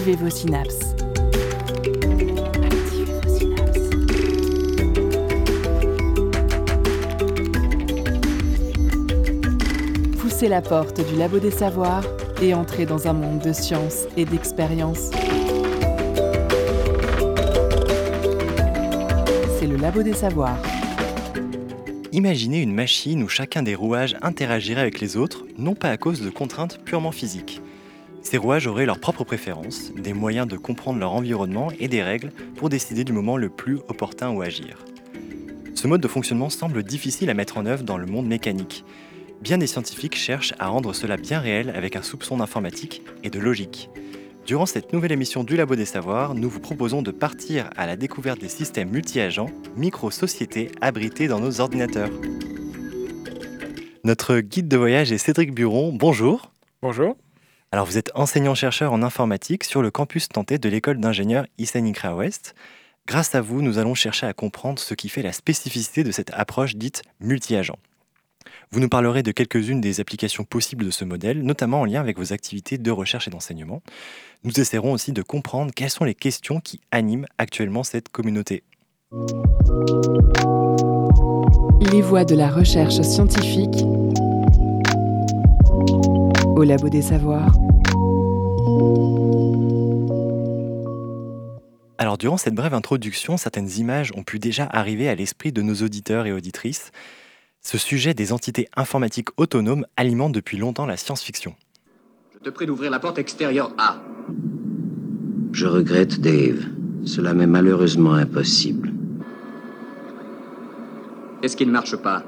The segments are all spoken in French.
Activez vos synapses. Activez vos synapses. Poussez la porte du Labo des Savoirs et entrez dans un monde de science et d'expérience. C'est le Labo des Savoirs. Imaginez une machine où chacun des rouages interagirait avec les autres, non pas à cause de contraintes purement physiques. Ces rouages auraient leurs propres préférences, des moyens de comprendre leur environnement et des règles pour décider du moment le plus opportun où agir. Ce mode de fonctionnement semble difficile à mettre en œuvre dans le monde mécanique. Bien des scientifiques cherchent à rendre cela bien réel avec un soupçon d'informatique et de logique. Durant cette nouvelle émission du Labo des Savoirs, nous vous proposons de partir à la découverte des systèmes multi-agents, micro-sociétés abritées dans nos ordinateurs. Notre guide de voyage est Cédric Buron. Bonjour. Bonjour. Alors vous êtes enseignant-chercheur en informatique sur le campus nantais de l'école d'ingénieurs Issa-Nikra-Ouest. Grâce à vous, nous allons chercher à comprendre ce qui fait la spécificité de cette approche dite multi-agent. Vous nous parlerez de quelques-unes des applications possibles de ce modèle, notamment en lien avec vos activités de recherche et d'enseignement. Nous essaierons aussi de comprendre quelles sont les questions qui animent actuellement cette communauté. Les voies de la recherche scientifique au Labo des Savoirs. Alors durant cette brève introduction, certaines images ont pu déjà arriver à l'esprit de nos auditeurs et auditrices. Ce sujet des entités informatiques autonomes alimente depuis longtemps la science-fiction. Je te prie d'ouvrir la porte extérieure A. Je regrette, Dave. Cela m'est malheureusement impossible. Qu'est-ce qui ne marche pas?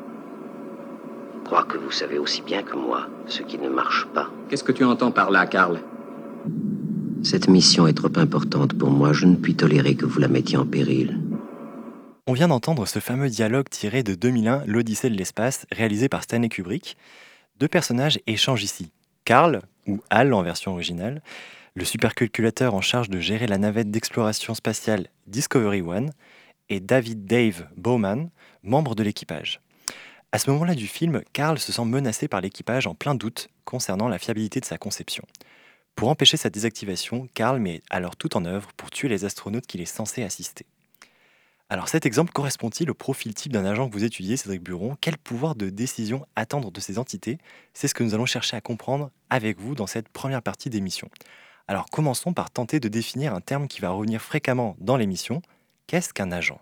Je crois que vous savez aussi bien que moi ce qui ne marche pas. Qu'est-ce que tu entends par là, Karl? Cette mission est trop importante pour moi. Je ne puis tolérer que vous la mettiez en péril. On vient d'entendre ce fameux dialogue tiré de 2001, l'Odyssée de l'espace, réalisé par Stanley Kubrick. Deux personnages échangent ici. Karl, ou Hal en version originale, le supercalculateur en charge de gérer la navette d'exploration spatiale Discovery One, et David Dave Bowman, membre de l'équipage. À ce moment-là du film, Karl se sent menacé par l'équipage en plein doute concernant la fiabilité de sa conception. Pour empêcher sa désactivation, Karl met alors tout en œuvre pour tuer les astronautes qu'il est censé assister. Alors cet exemple correspond-il au profil type d'un agent que vous étudiez, Cédric Buron? Quel pouvoir de décision attendre de ces entités? C'est ce que nous allons chercher à comprendre avec vous dans cette première partie d'émission. Alors commençons par tenter de définir un terme qui va revenir fréquemment dans l'émission. Qu'est-ce qu'un agent?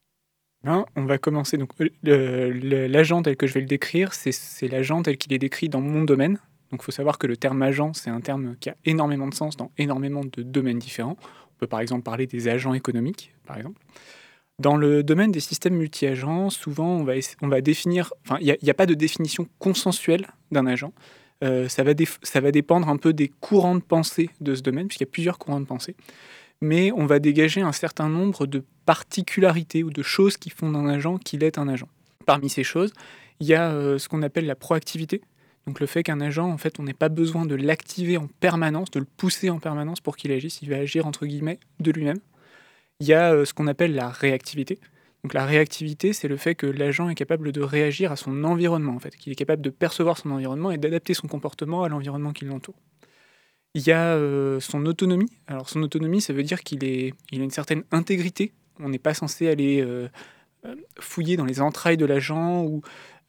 On va commencer. Donc, l'agent tel que je vais le décrire, c'est l'agent tel qu'il est décrit dans mon domaine. Donc il faut savoir que le terme agent, c'est un terme qui a énormément de sens dans énormément de domaines différents. On peut par exemple parler des agents économiques, par exemple. Dans le domaine des systèmes multi-agents, souvent on va définir... Enfin, il n'y a pas de définition consensuelle d'un agent. Ça va dépendre un peu des courants de pensée de ce domaine, puisqu'il y a plusieurs courants de pensée. Mais on va dégager un certain nombre de particularités ou de choses qui font d'un agent qu'il est un agent. Parmi ces choses, il y a ce qu'on appelle la proactivité. Donc le fait qu'un agent, en fait, on n'ait pas besoin de l'activer en permanence, de le pousser en permanence pour qu'il agisse, il va agir entre guillemets de lui-même. Il y a ce qu'on appelle la réactivité. Donc la réactivité, c'est le fait que l'agent est capable de réagir à son environnement, en fait, qu'il est capable de percevoir son environnement et d'adapter son comportement à l'environnement qui l'entoure. Il y a son autonomie. Alors son autonomie, ça veut dire qu'il a une certaine intégrité. On n'est pas censé aller fouiller dans les entrailles de l'agent. Ou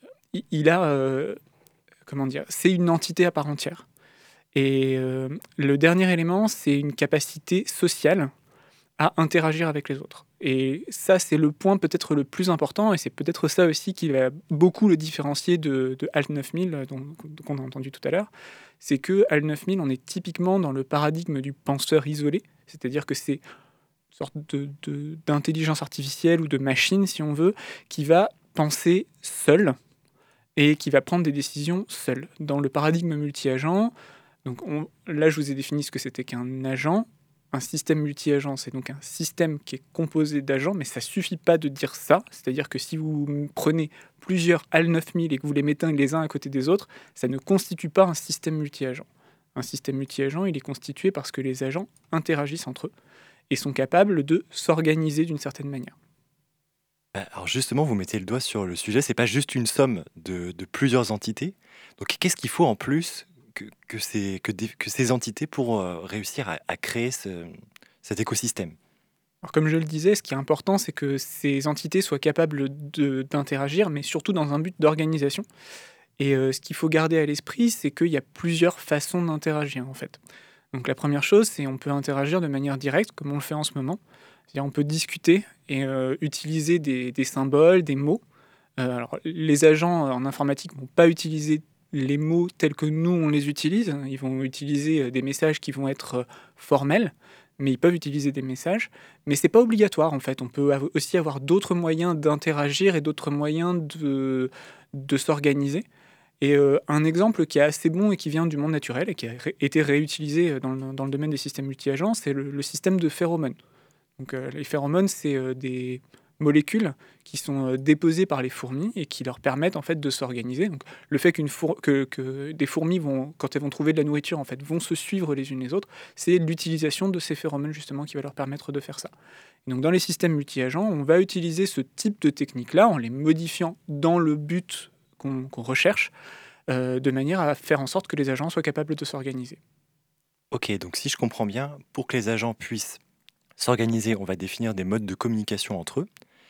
il a, c'est une entité à part entière. Et le dernier élément, c'est une capacité sociale à interagir avec les autres. Et ça, c'est le point peut-être le plus important, et c'est peut-être ça aussi qui va beaucoup le différencier de HAL 9000, qu'on a entendu tout à l'heure. C'est que HAL 9000, on est typiquement dans le paradigme du penseur isolé, c'est-à-dire que c'est une sorte d'intelligence artificielle ou de machine, si on veut, qui va penser seule et qui va prendre des décisions seule. Dans le paradigme multi-agent, donc là, je vous ai défini ce que c'était qu'un agent. Un système multi-agent, c'est donc un système qui est composé d'agents, mais ça ne suffit pas de dire ça. C'est-à-dire que si vous prenez plusieurs HAL 9000 et que vous les mettez les uns à côté des autres, ça ne constitue pas un système multi-agent. Un système multi-agent, il est constitué parce que les agents interagissent entre eux et sont capables de s'organiser d'une certaine manière. Alors justement, vous mettez le doigt sur le sujet, c'est pas juste une somme de plusieurs entités. Donc qu'est-ce qu'il faut en plus que ces entités pour réussir à créer cet écosystème? Alors, comme je le disais, ce qui est important, c'est que ces entités soient capables d'interagir, mais surtout dans un but d'organisation. Et ce qu'il faut garder à l'esprit, c'est qu'il y a plusieurs façons d'interagir, en fait. Donc la première chose, c'est on peut interagir de manière directe, comme on le fait en ce moment. C'est-à-dire on peut discuter et utiliser des symboles, des mots. Alors les agents en informatique ne vont pas utiliser les mots tels que nous, on les utilise. Ils vont utiliser des messages qui vont être formels, mais ils peuvent utiliser des messages. Mais c'est pas obligatoire, en fait. On peut aussi avoir d'autres moyens d'interagir et d'autres moyens de s'organiser. Et un exemple qui est assez bon et qui vient du monde naturel et qui a été réutilisé dans le domaine des systèmes multi-agents, c'est le système de phéromones. Donc, les phéromones, c'est des molécules qui sont déposées par les fourmis et qui leur permettent en fait de s'organiser. Donc, le fait que des fourmis vont, quand elles vont trouver de la nourriture, en fait, vont se suivre les unes les autres, c'est l'utilisation de ces phéromones justement qui va leur permettre de faire ça. Et donc, dans les systèmes multi-agents, on va utiliser ce type de technique-là en les modifiant dans le but qu'on recherche, de manière à faire en sorte que les agents soient capables de s'organiser. Ok, donc si je comprends bien, pour que les agents puissent s'organiser, on va définir des modes de communication entre eux.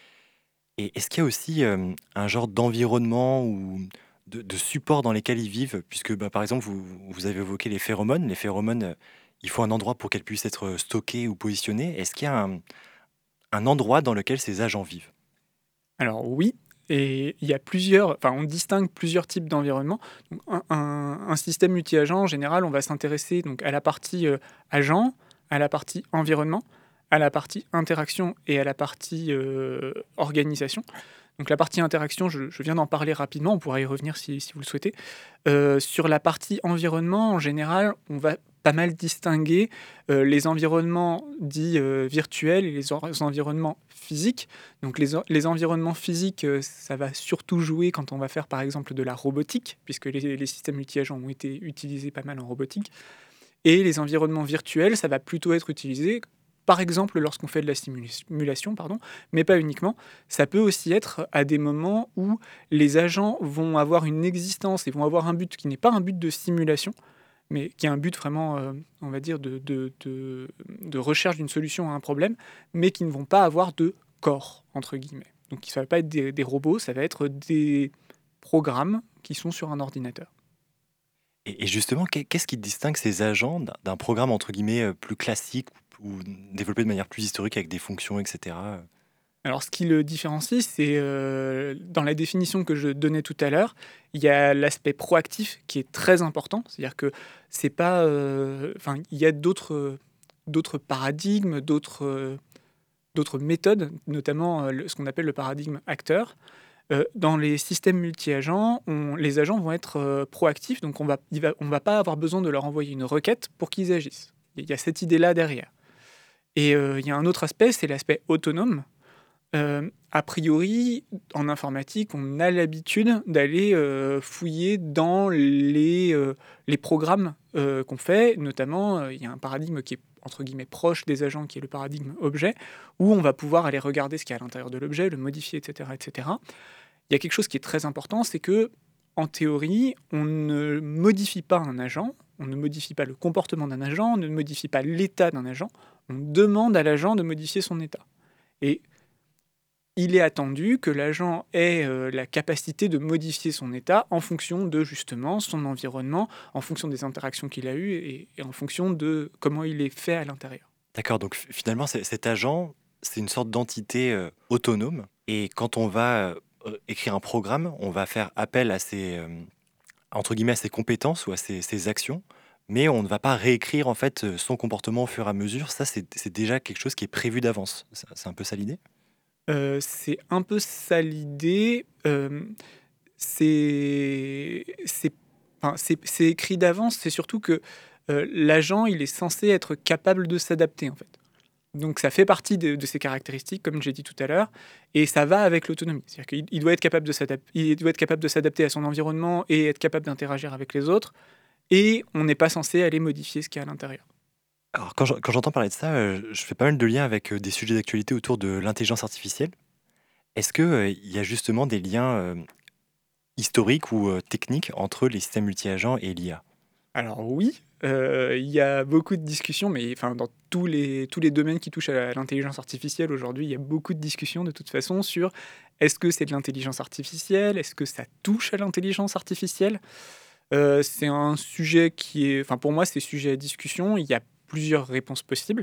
Et est-ce qu'il y a aussi un genre d'environnement ou de support dans lesquels ils vivent? Puisque, par exemple, vous avez évoqué les phéromones. Les phéromones, il faut un endroit pour qu'elles puissent être stockées ou positionnées. Est-ce qu'il y a un endroit dans lequel ces agents vivent? Alors oui, et il y a on distingue plusieurs types d'environnements. Donc, un système multi-agent, en général, on va s'intéresser donc à la partie agent, à la partie environnement, à la partie interaction et à la partie organisation. Donc la partie interaction, je viens d'en parler rapidement, on pourra y revenir si vous le souhaitez. Sur la partie environnement, en général, on va pas mal distinguer les environnements dits virtuels et les environnements physiques. Donc les environnements physiques, ça va surtout jouer quand on va faire par exemple de la robotique, puisque les systèmes multi-agents ont été utilisés pas mal en robotique. Et les environnements virtuels, ça va plutôt être utilisé par exemple lorsqu'on fait de la simulation, mais pas uniquement. Ça peut aussi être à des moments où les agents vont avoir une existence et vont avoir un but qui n'est pas un but de simulation, mais qui est un but vraiment, on va dire, de recherche d'une solution à un problème, mais qui ne vont pas avoir de corps, entre guillemets. Donc ça ne va pas être des robots, ça va être des programmes qui sont sur un ordinateur. Et justement, qu'est-ce qui distingue ces agents d'un programme entre guillemets plus classique ou développé de manière plus historique avec des fonctions, etc. Alors, ce qui le différencie, c'est dans la définition que je donnais tout à l'heure, il y a l'aspect proactif qui est très important. C'est-à-dire que c'est pas, il y a d'autres paradigmes, d'autres méthodes, notamment ce qu'on appelle le paradigme acteur. Dans les systèmes multi-agents, les agents vont être proactifs, donc on va pas avoir besoin de leur envoyer une requête pour qu'ils agissent. Il y a cette idée-là derrière. Et il y a un autre aspect, c'est l'aspect autonome. A priori, en informatique, on a l'habitude d'aller fouiller dans les programmes qu'on fait. Notamment, il y a un paradigme qui est entre guillemets proche des agents, qui est le paradigme objet, où on va pouvoir aller regarder ce qu'il y a à l'intérieur de l'objet, le modifier, etc., etc. Il y a quelque chose qui est très important, c'est que en théorie, on ne modifie pas un agent, on ne modifie pas le comportement d'un agent, on ne modifie pas l'état d'un agent, on demande à l'agent de modifier son état. Et il est attendu que l'agent ait la capacité de modifier son état en fonction de justement son environnement, en fonction des interactions qu'il a eues et en fonction de comment il est fait à l'intérieur. D'accord, donc finalement cet agent, c'est une sorte d'entité autonome. Et quand on va écrire un programme, on va faire appel à ses, entre guillemets, à ses compétences ou à ses actions, mais on ne va pas réécrire en fait son comportement au fur et à mesure. Ça, c'est déjà quelque chose qui est prévu d'avance. C'est un peu ça l'idée? C'est un peu ça l'idée. C'est écrit d'avance. C'est surtout que l'agent, il est censé être capable de s'adapter, en fait. Donc ça fait partie de ses caractéristiques, comme j'ai dit tout à l'heure, et ça va avec l'autonomie. C'est-à-dire qu'il doit être capable de s'adapter à son environnement et être capable d'interagir avec les autres, et on n'est pas censé aller modifier ce qu'il y a à l'intérieur. Alors quand j'entends parler de ça, je fais pas mal de liens avec des sujets d'actualité autour de l'intelligence artificielle. Est-ce qu'il y a justement des liens historiques ou techniques entre les systèmes multi-agents et l'IA? Alors oui, il y a beaucoup de discussions, mais enfin, dans tous les domaines qui touchent à l'intelligence artificielle aujourd'hui, il y a beaucoup de discussions de toute façon sur est-ce que c'est de l'intelligence artificielle? Est-ce que ça touche à l'intelligence artificielle? C'est un sujet qui est, enfin pour moi, c'est sujet à discussion. Il y a plusieurs réponses possibles.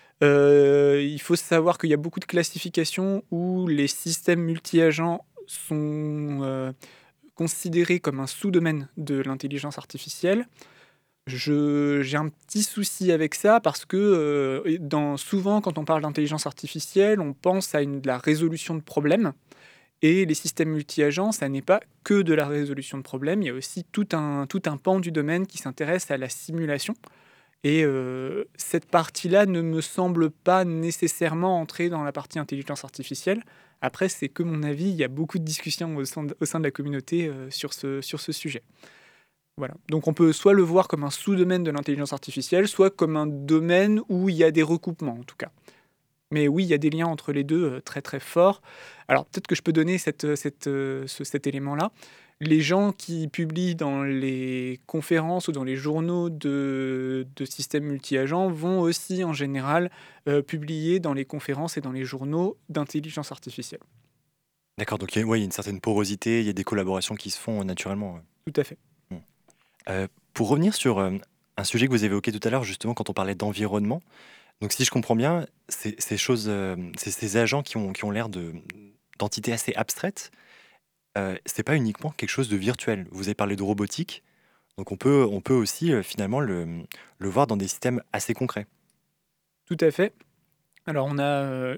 Il faut savoir qu'il y a beaucoup de classifications où les systèmes multi-agents sont considérés comme un sous-domaine de l'intelligence artificielle. J'ai un petit souci avec ça parce que souvent, quand on parle d'intelligence artificielle, on pense à de la résolution de problèmes. Et les systèmes multi-agents, ça n'est pas que de la résolution de problèmes. Il y a aussi tout un pan du domaine qui s'intéresse à la simulation. Et cette partie-là ne me semble pas nécessairement entrer dans la partie intelligence artificielle. Après, c'est que mon avis, il y a beaucoup de discussions au sein de la communauté sur ce sujet. Voilà. Donc on peut soit le voir comme un sous-domaine de l'intelligence artificielle, soit comme un domaine où il y a des recoupements en tout cas. Mais oui, il y a des liens entre les deux très très forts. Alors peut-être que je peux donner cet élément-là. Les gens qui publient dans les conférences ou dans les journaux de systèmes multi-agents vont aussi en général publier dans les conférences et dans les journaux d'intelligence artificielle. D'accord, donc il y a une certaine porosité, il y a des collaborations qui se font naturellement. Tout à fait. Pour revenir sur un sujet que vous évoquiez tout à l'heure, justement, quand on parlait d'environnement, donc si je comprends bien, ces agents qui ont l'air d'entités assez abstraites, c'est pas uniquement quelque chose de virtuel. Vous avez parlé de robotique, donc on peut aussi finalement le voir dans des systèmes assez concrets. Tout à fait. Alors on a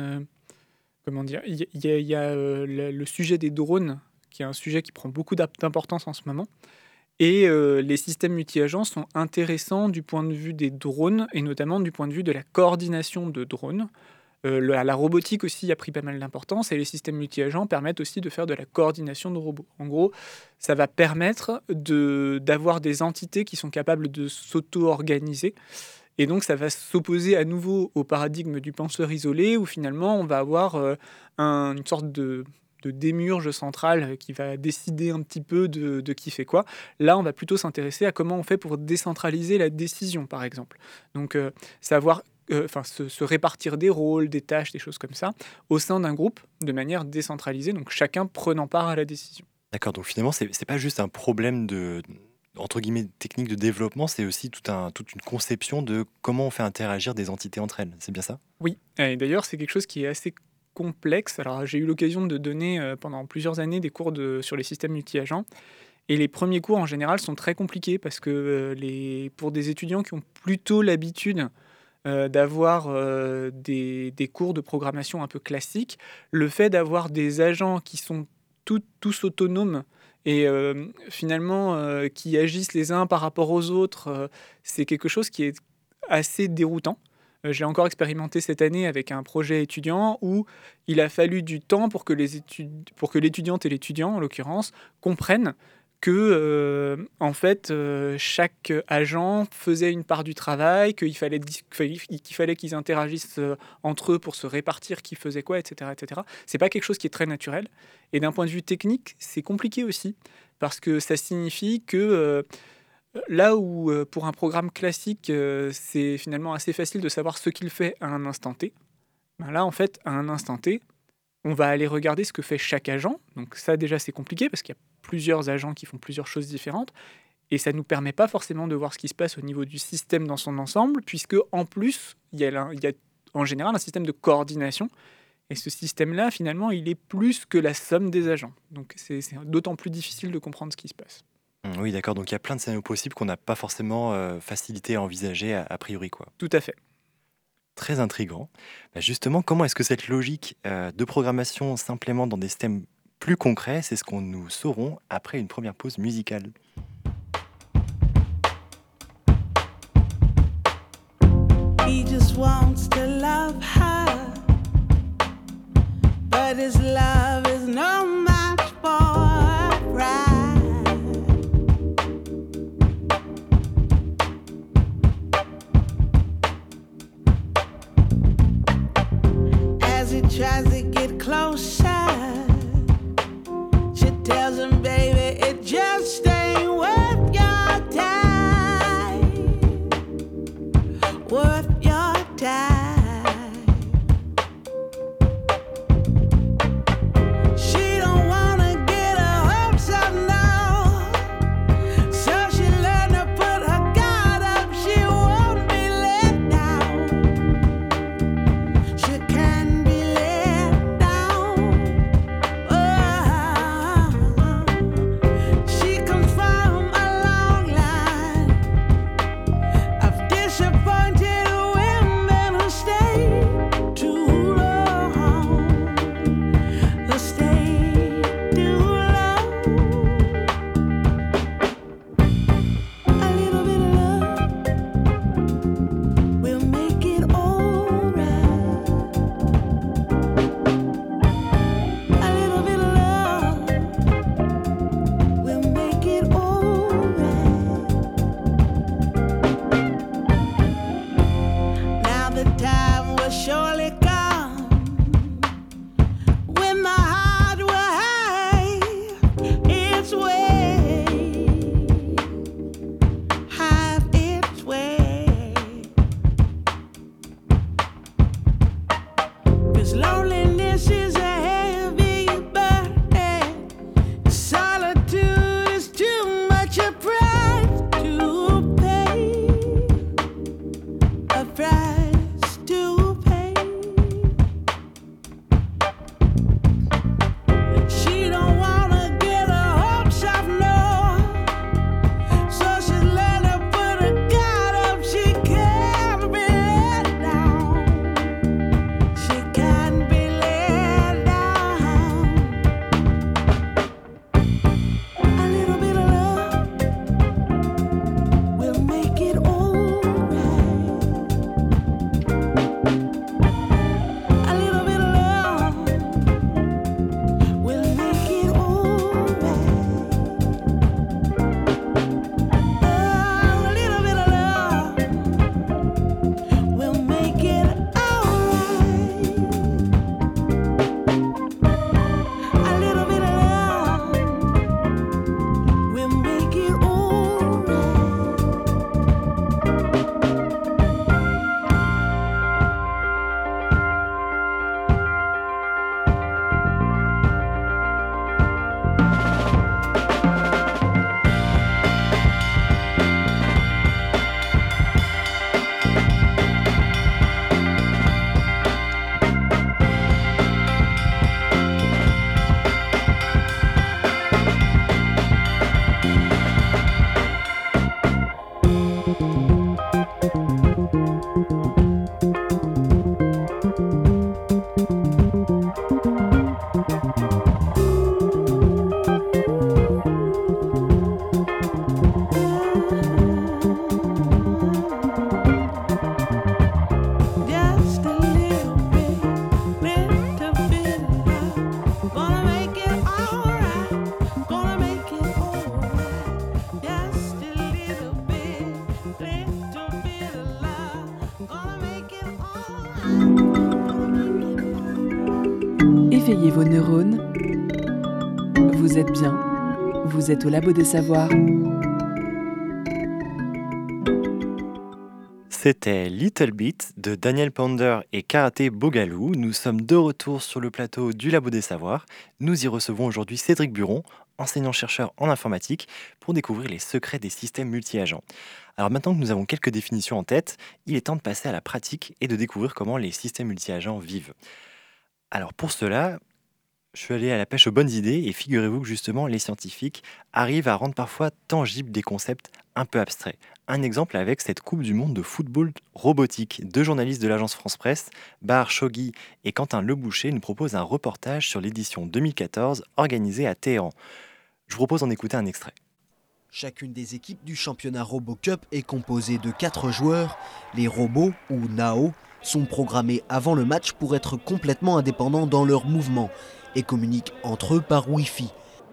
comment dire, il y a le sujet des drones, qui est un sujet qui prend beaucoup d'importance en ce moment. Et les systèmes multi-agents sont intéressants du point de vue des drones, et notamment du point de vue de la coordination de drones. La robotique aussi a pris pas mal d'importance, et les systèmes multi-agents permettent aussi de faire de la coordination de robots. En gros, ça va permettre d'avoir des entités qui sont capables de s'auto-organiser. Et donc, ça va s'opposer à nouveau au paradigme du penseur isolé, où finalement, on va avoir une sorte de démiurge central qui va décider un petit peu de qui fait quoi. Là, on va plutôt s'intéresser à comment on fait pour décentraliser la décision, par exemple. Donc, savoir se répartir des rôles, des tâches, des choses comme ça, au sein d'un groupe, de manière décentralisée, donc chacun prenant part à la décision. D'accord, donc finalement, c'est pas juste un problème de, entre guillemets, technique de développement, c'est aussi toute une conception de comment on fait interagir des entités entre elles. C'est bien ça? Oui, et d'ailleurs, c'est quelque chose qui est assez complexe. Alors, j'ai eu l'occasion de donner pendant plusieurs années des cours sur les systèmes multi-agents. Et les premiers cours, en général, sont très compliqués parce que pour des étudiants qui ont plutôt l'habitude d'avoir des cours de programmation un peu classiques, le fait d'avoir des agents qui sont tous autonomes et finalement qui agissent les uns par rapport aux autres, c'est quelque chose qui est assez déroutant. Je l'ai encore expérimenté cette année avec un projet étudiant où il a fallu du temps pour que l'étudiante et l'étudiant, en l'occurrence, comprennent que en fait, chaque agent faisait une part du travail, qu'il fallait qu'ils interagissent entre eux pour se répartir qui faisait quoi, etc., etc. C'est pas quelque chose qui est très naturel. Et d'un point de vue technique, c'est compliqué aussi, parce que ça signifie que là où pour un programme classique, c'est finalement assez facile de savoir ce qu'il fait à un instant T, ben là, en fait, à un instant T, on va aller regarder ce que fait chaque agent. Donc ça, déjà, c'est compliqué parce qu'il y a plusieurs agents qui font plusieurs choses différentes. Et ça ne nous permet pas forcément de voir ce qui se passe au niveau du système dans son ensemble, puisque en plus, il y a en général un système de coordination. Et ce système-là, finalement, il est plus que la somme des agents. Donc c'est d'autant plus difficile de comprendre ce qui se passe. Oui, d'accord. Donc il y a plein de scénarios possibles qu'on n'a pas forcément facilité à envisager a priori, quoi. Tout à fait. Très intriguant. Justement, comment est-ce que cette logique de programmation s'implémente dans des systèmes plus concrets? C'est ce qu'on nous saurons après une première pause musicale. He just wants to love her, but his love is no match for her pride. As he tries to get closer, she tells him, baby, it just ain't worth your time. Loneliness is a heavy burden. Solitude is too much a price to pay. A price to pay. She don't wanna get her hopes up, no. So she's let her put her guard up. She can't be let down. She can't be let down. A little bit of love will make it alright. A little bit of love will make it alright. Oh, a little bit of love will make it alright. A little bit of love will make it alright. Just a little bit of love. Gonna make it alright. Gonna make it alright. Just a little bit of love. Gonna make it alright. Éveillez vos neurones. Vous êtes bien. Vous êtes au Labo des Savoirs. C'était Little Bit de Daniel Ponder et Karaté Bogalou. Nous sommes de retour sur le plateau du Labo des Savoirs. Nous y recevons aujourd'hui Cédric Buron, enseignant-chercheur en informatique, pour découvrir les secrets des systèmes multi-agents. Alors maintenant que nous avons quelques définitions en tête, il est temps de passer à la pratique et de découvrir comment les systèmes multi-agents vivent. Alors pour cela, je suis allé à la pêche aux bonnes idées et figurez-vous que justement les scientifiques arrivent à rendre parfois tangibles des concepts un peu abstraits. Un exemple avec cette Coupe du Monde de football robotique. Deux journalistes de l'agence France Presse, Bahar Shoghi et Quentin Leboucher, nous proposent un reportage sur l'édition 2014 organisée à Téhéran. Je vous propose d'en écouter un extrait. Chacune des équipes du championnat RoboCup est composée de 4 joueurs. Les robots, ou NAO, sont programmés avant le match pour être complètement indépendants dans leurs mouvements et communiquent entre eux par Wi-Fi.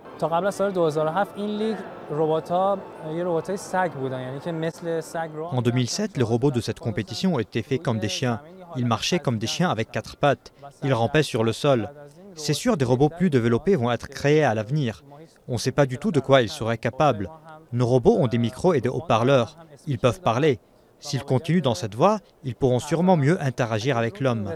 En 2007, les robots de cette compétition étaient faits comme des chiens. Ils marchaient comme des chiens avec 4 pattes. Ils rampaient sur le sol. C'est sûr, des robots plus développés vont être créés à l'avenir. On ne sait pas du tout de quoi ils seraient capables. Nos robots ont des micros et des haut-parleurs. Ils peuvent parler. S'ils continuent dans cette voie, ils pourront sûrement mieux interagir avec l'homme.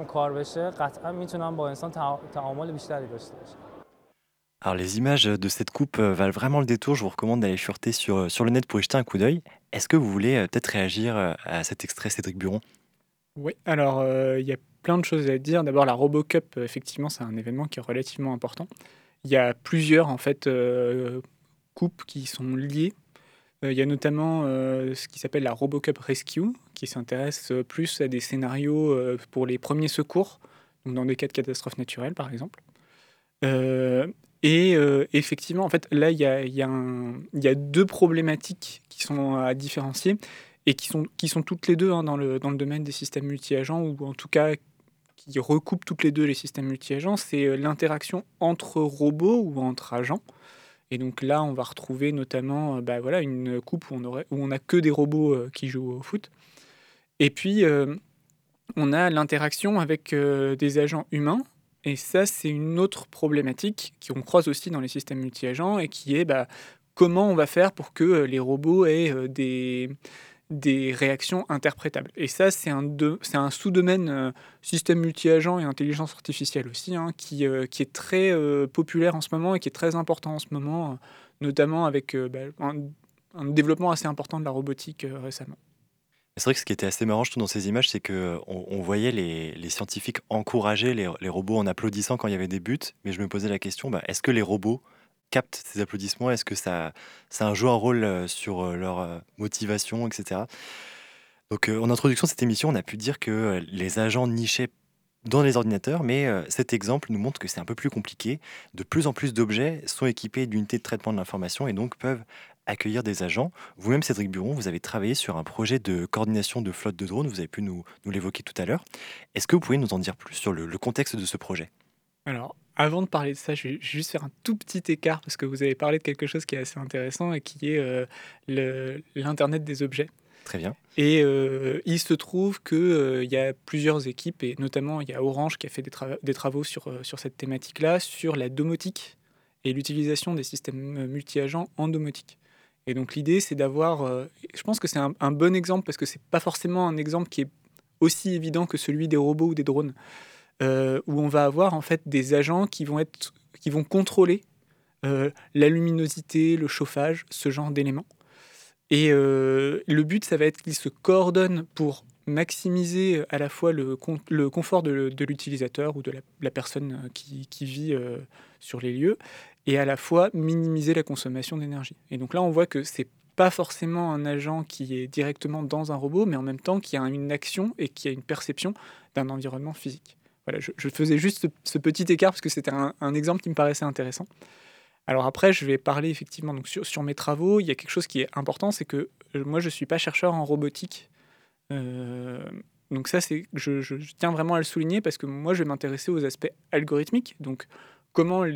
Alors les images de cette coupe valent vraiment le détour. Je vous recommande d'aller fureter sur le net pour y jeter un coup d'œil. Est-ce que vous voulez peut-être réagir à cet extrait, Cédric Buron ? Oui, alors il y a plein de choses à dire. D'abord, la RoboCup, effectivement, c'est un événement qui est relativement important. Il y a plusieurs en fait coupes qui sont liées. Il y a notamment ce qui s'appelle la RoboCup Rescue, qui s'intéresse plus à des scénarios pour les premiers secours, donc dans des cas de catastrophes naturelles, par exemple. Effectivement, en fait, là, il y a deux problématiques qui sont à différencier et qui sont toutes les deux dans le domaine des systèmes multi-agents, ou en tout cas qui recoupent toutes les deux les systèmes multi-agents. C'est l'interaction entre robots ou entre agents. Et donc là, on va retrouver notamment une coupe où on n'a que des robots qui jouent au foot. Et puis, on a l'interaction avec des agents humains. Et ça, c'est une autre problématique qu'on croise aussi dans les systèmes multi-agents et qui est comment on va faire pour que les robots aient des des réactions interprétables. Et ça, c'est un sous-domaine système multi-agent et intelligence artificielle aussi, hein, qui est très populaire en ce moment et qui est très important en ce moment, notamment avec un développement assez important de la robotique récemment. C'est vrai que ce qui était assez marrant, je trouve, dans ces images, c'est qu'on voyait les scientifiques encourager les robots en applaudissant quand il y avait des buts. Mais je me posais la question, est-ce que les robots captent ces applaudissements? Est-ce que ça joue un rôle sur leur motivation, etc. Donc, en introduction de cette émission, on a pu dire que les agents nichaient dans les ordinateurs, mais cet exemple nous montre que c'est un peu plus compliqué. De plus en plus d'objets sont équipés d'unités de traitement de l'information et donc peuvent accueillir des agents. Vous-même, Cédric Buron, vous avez travaillé sur un projet de coordination de flotte de drones, vous avez pu nous l'évoquer tout à l'heure. Est-ce que vous pouvez nous en dire plus sur le contexte de ce projet? Alors, avant de parler de ça, je vais juste faire un tout petit écart parce que vous avez parlé de quelque chose qui est assez intéressant et qui est l'Internet des objets. Très bien. Et il se trouve qu'il y a plusieurs équipes, et notamment il y a Orange qui a fait des travaux sur cette thématique-là, sur la domotique et l'utilisation des systèmes multi-agents en domotique. Et donc l'idée, c'est d'avoir... je pense que c'est un bon exemple, parce que c'est pas forcément un exemple qui est aussi évident que celui des robots ou des drones, où on va avoir en fait des agents qui vont contrôler la luminosité, le chauffage, ce genre d'éléments. Et le but, ça va être qu'ils se coordonnent pour maximiser à la fois le confort de l'utilisateur ou de la personne qui vit sur les lieux, et à la fois minimiser la consommation d'énergie. Et donc là, on voit que c'est pas forcément un agent qui est directement dans un robot, mais en même temps qui a une action et qui a une perception d'un environnement physique. Voilà, je faisais juste ce petit écart parce que c'était un exemple qui me paraissait intéressant. Alors après, je vais parler effectivement donc sur mes travaux. Il y a quelque chose qui est important, c'est que moi, je ne suis pas chercheur en robotique. Donc ça, je tiens vraiment à le souligner, parce que moi, je vais m'intéresser aux aspects algorithmiques. Donc comment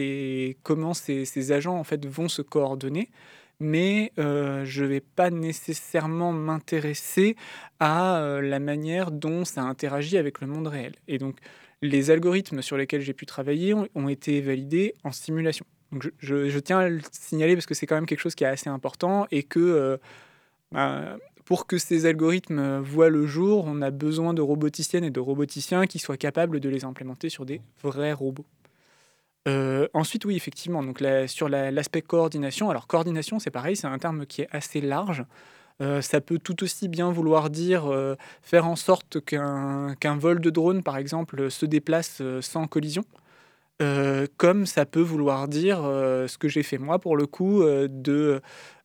ces agents en fait vont se coordonner. Mais je ne vais pas nécessairement m'intéresser à la manière dont ça interagit avec le monde réel. Et donc, les algorithmes sur lesquels j'ai pu travailler ont été validés en simulation. Donc je tiens à le signaler parce que c'est quand même quelque chose qui est assez important, et que pour que ces algorithmes voient le jour, on a besoin de roboticiennes et de roboticiens qui soient capables de les implémenter sur des vrais robots. Ensuite, oui, effectivement, donc sur l'aspect coordination. Alors, coordination, c'est pareil, c'est un terme qui est assez large. Ça peut tout aussi bien vouloir dire faire en sorte qu'un vol de drone, par exemple, se déplace sans collision. Comme ça peut vouloir dire ce que j'ai fait moi, pour le coup, de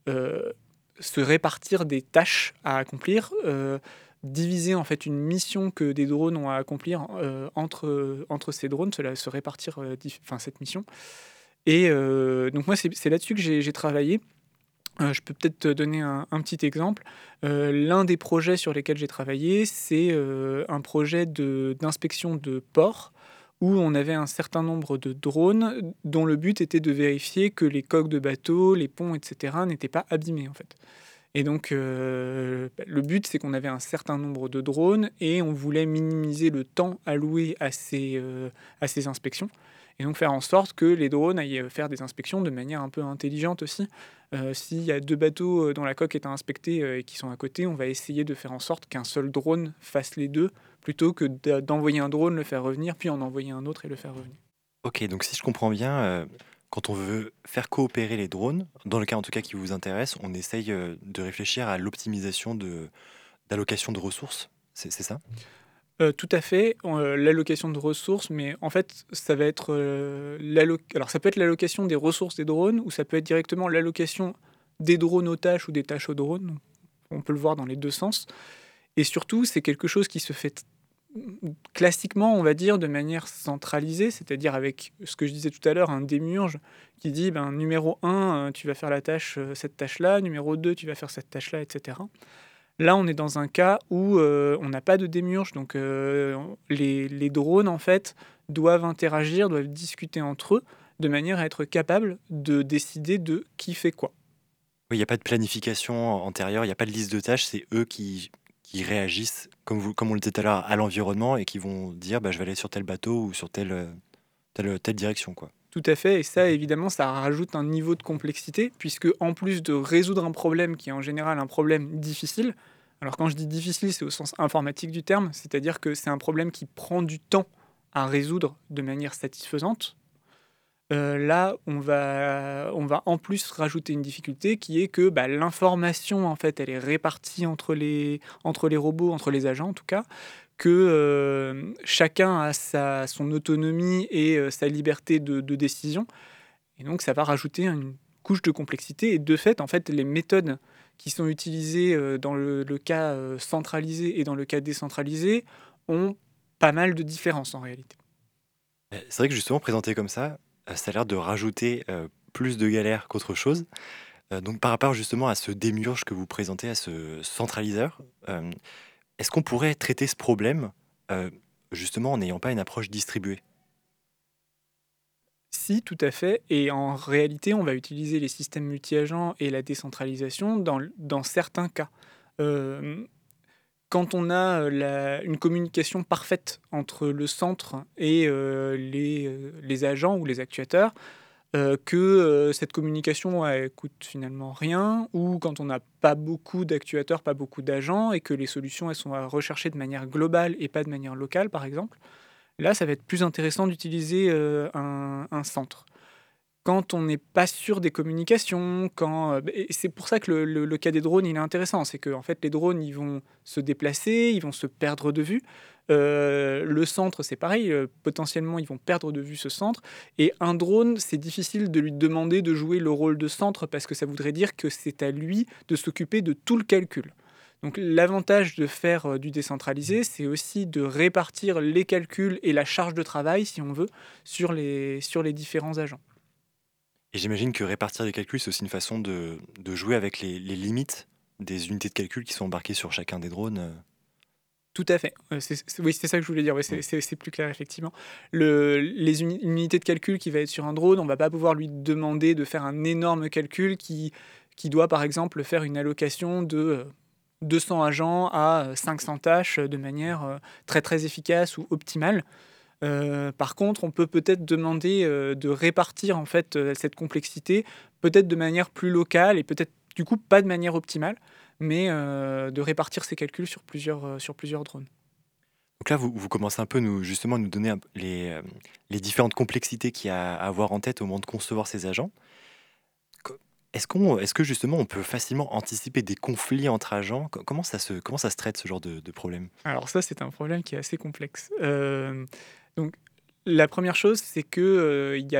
se répartir des tâches à accomplir, diviser en fait une mission que des drones ont à accomplir entre ces drones, se répartir cette mission. Et donc moi, c'est là-dessus que j'ai travaillé. Je peux peut-être te donner un petit exemple. L'un des projets sur lesquels j'ai travaillé, c'est un projet d'inspection de ports, où on avait un certain nombre de drones dont le but était de vérifier que les coques de bateaux, les ponts, etc. n'étaient pas abîmés, en fait. Et donc, le but, c'est qu'on avait un certain nombre de drones et on voulait minimiser le temps alloué à ces inspections. Et donc faire en sorte que les drones aillent faire des inspections de manière un peu intelligente aussi. S'il y a 2 bateaux dont la coque est à inspecter et qui sont à côté, on va essayer de faire en sorte qu'un seul drone fasse les deux, plutôt que d'envoyer un drone, le faire revenir, puis en envoyer un autre et le faire revenir. Ok, donc si je comprends bien, quand on veut faire coopérer les drones, dans le cas en tout cas qui vous intéresse, on essaye de réfléchir à l'optimisation d'allocation de ressources, c'est ça? Tout à fait, l'allocation de ressources, mais en fait, ça va être alors ça peut être l'allocation des ressources des drones, ou ça peut être directement l'allocation des drones aux tâches ou des tâches aux drones. On peut le voir dans les deux sens. Et surtout, c'est quelque chose qui se fait classiquement, on va dire, de manière centralisée, c'est-à-dire avec ce que je disais tout à l'heure, un démiurge qui dit numéro 1, tu vas faire cette tâche-là, numéro 2, tu vas faire cette tâche-là, etc. Là, on est dans un cas où on n'a pas de démiurge, donc les drones, en fait, doivent interagir, doivent discuter entre eux, de manière à être capables de décider de qui fait quoi. Oui, il n'y a pas de planification antérieure, il n'y a pas de liste de tâches, c'est eux qui réagissent, comme on le disait tout à l'heure, à l'environnement, et qui vont dire je vais aller sur tel bateau ou sur telle direction, quoi. Tout à fait, et ça, évidemment, ça rajoute un niveau de complexité, puisque en plus de résoudre un problème qui est en général un problème difficile, Alors quand je dis difficile, c'est au sens informatique du terme, c'est-à-dire que c'est un problème qui prend du temps à résoudre de manière satisfaisante. Là, on va en plus rajouter une difficulté qui est que l'information, en fait, elle est répartie entre les robots, entre les agents en tout cas, que chacun a son autonomie et sa liberté de décision. Et donc, ça va rajouter une couche de complexité. Et de fait, en fait, les méthodes qui sont utilisées dans le cas centralisé et dans le cas décentralisé ont pas mal de différences en réalité. C'est vrai que justement, présenté comme ça a l'air de rajouter plus de galères qu'autre chose. Donc par rapport justement à ce démiurge que vous présentez, à ce centraliseur, est-ce qu'on pourrait traiter ce problème justement en n'ayant pas une approche distribuée? Si, tout à fait. Et en réalité, on va utiliser les systèmes multi-agents et la décentralisation dans certains cas. Euh, Quand on a une communication parfaite entre le centre et les agents ou les actuateurs, que cette communication elle coûte finalement rien, ou quand on n'a pas beaucoup d'actuateurs, pas beaucoup d'agents, et que les solutions elles sont à rechercher de manière globale et pas de manière locale, par exemple, là, ça va être plus intéressant d'utiliser un centre. Quand on n'est pas sûr des communications, et c'est pour ça que le cas des drones, il est intéressant. C'est que en fait, les drones, ils vont se déplacer, ils vont se perdre de vue. Le centre, c'est pareil. Potentiellement, ils vont perdre de vue ce centre. Et un drone, c'est difficile de lui demander de jouer le rôle de centre parce que ça voudrait dire que c'est à lui de s'occuper de tout le calcul. Donc l'avantage de faire du décentralisé, c'est aussi de répartir les calculs et la charge de travail, si on veut, sur les différents agents. Et j'imagine que répartir les calculs, c'est aussi une façon de jouer avec les limites des unités de calcul qui sont embarquées sur chacun des drones. Tout à fait. Oui, c'est ça que je voulais dire. Oui, c'est plus clair, effectivement. Une unité de calcul qui va être sur un drone, on ne va pas pouvoir lui demander de faire un énorme calcul qui doit, par exemple, faire une allocation de 200 agents à 500 tâches de manière très, très efficace ou optimale. Par contre, on peut peut-être demander de répartir en fait cette complexité, peut-être de manière plus locale et peut-être du coup pas de manière optimale, mais de répartir ces calculs sur plusieurs drones. Donc là, vous commencez un peu justement à nous donner les différentes complexités qu'il y a à avoir en tête au moment de concevoir ces agents. Est-ce que justement on peut facilement anticiper des conflits entre agents? Comment ça se traite ce genre de problème? Alors ça, c'est un problème qui est assez complexe. Donc la première chose, c'est que il y a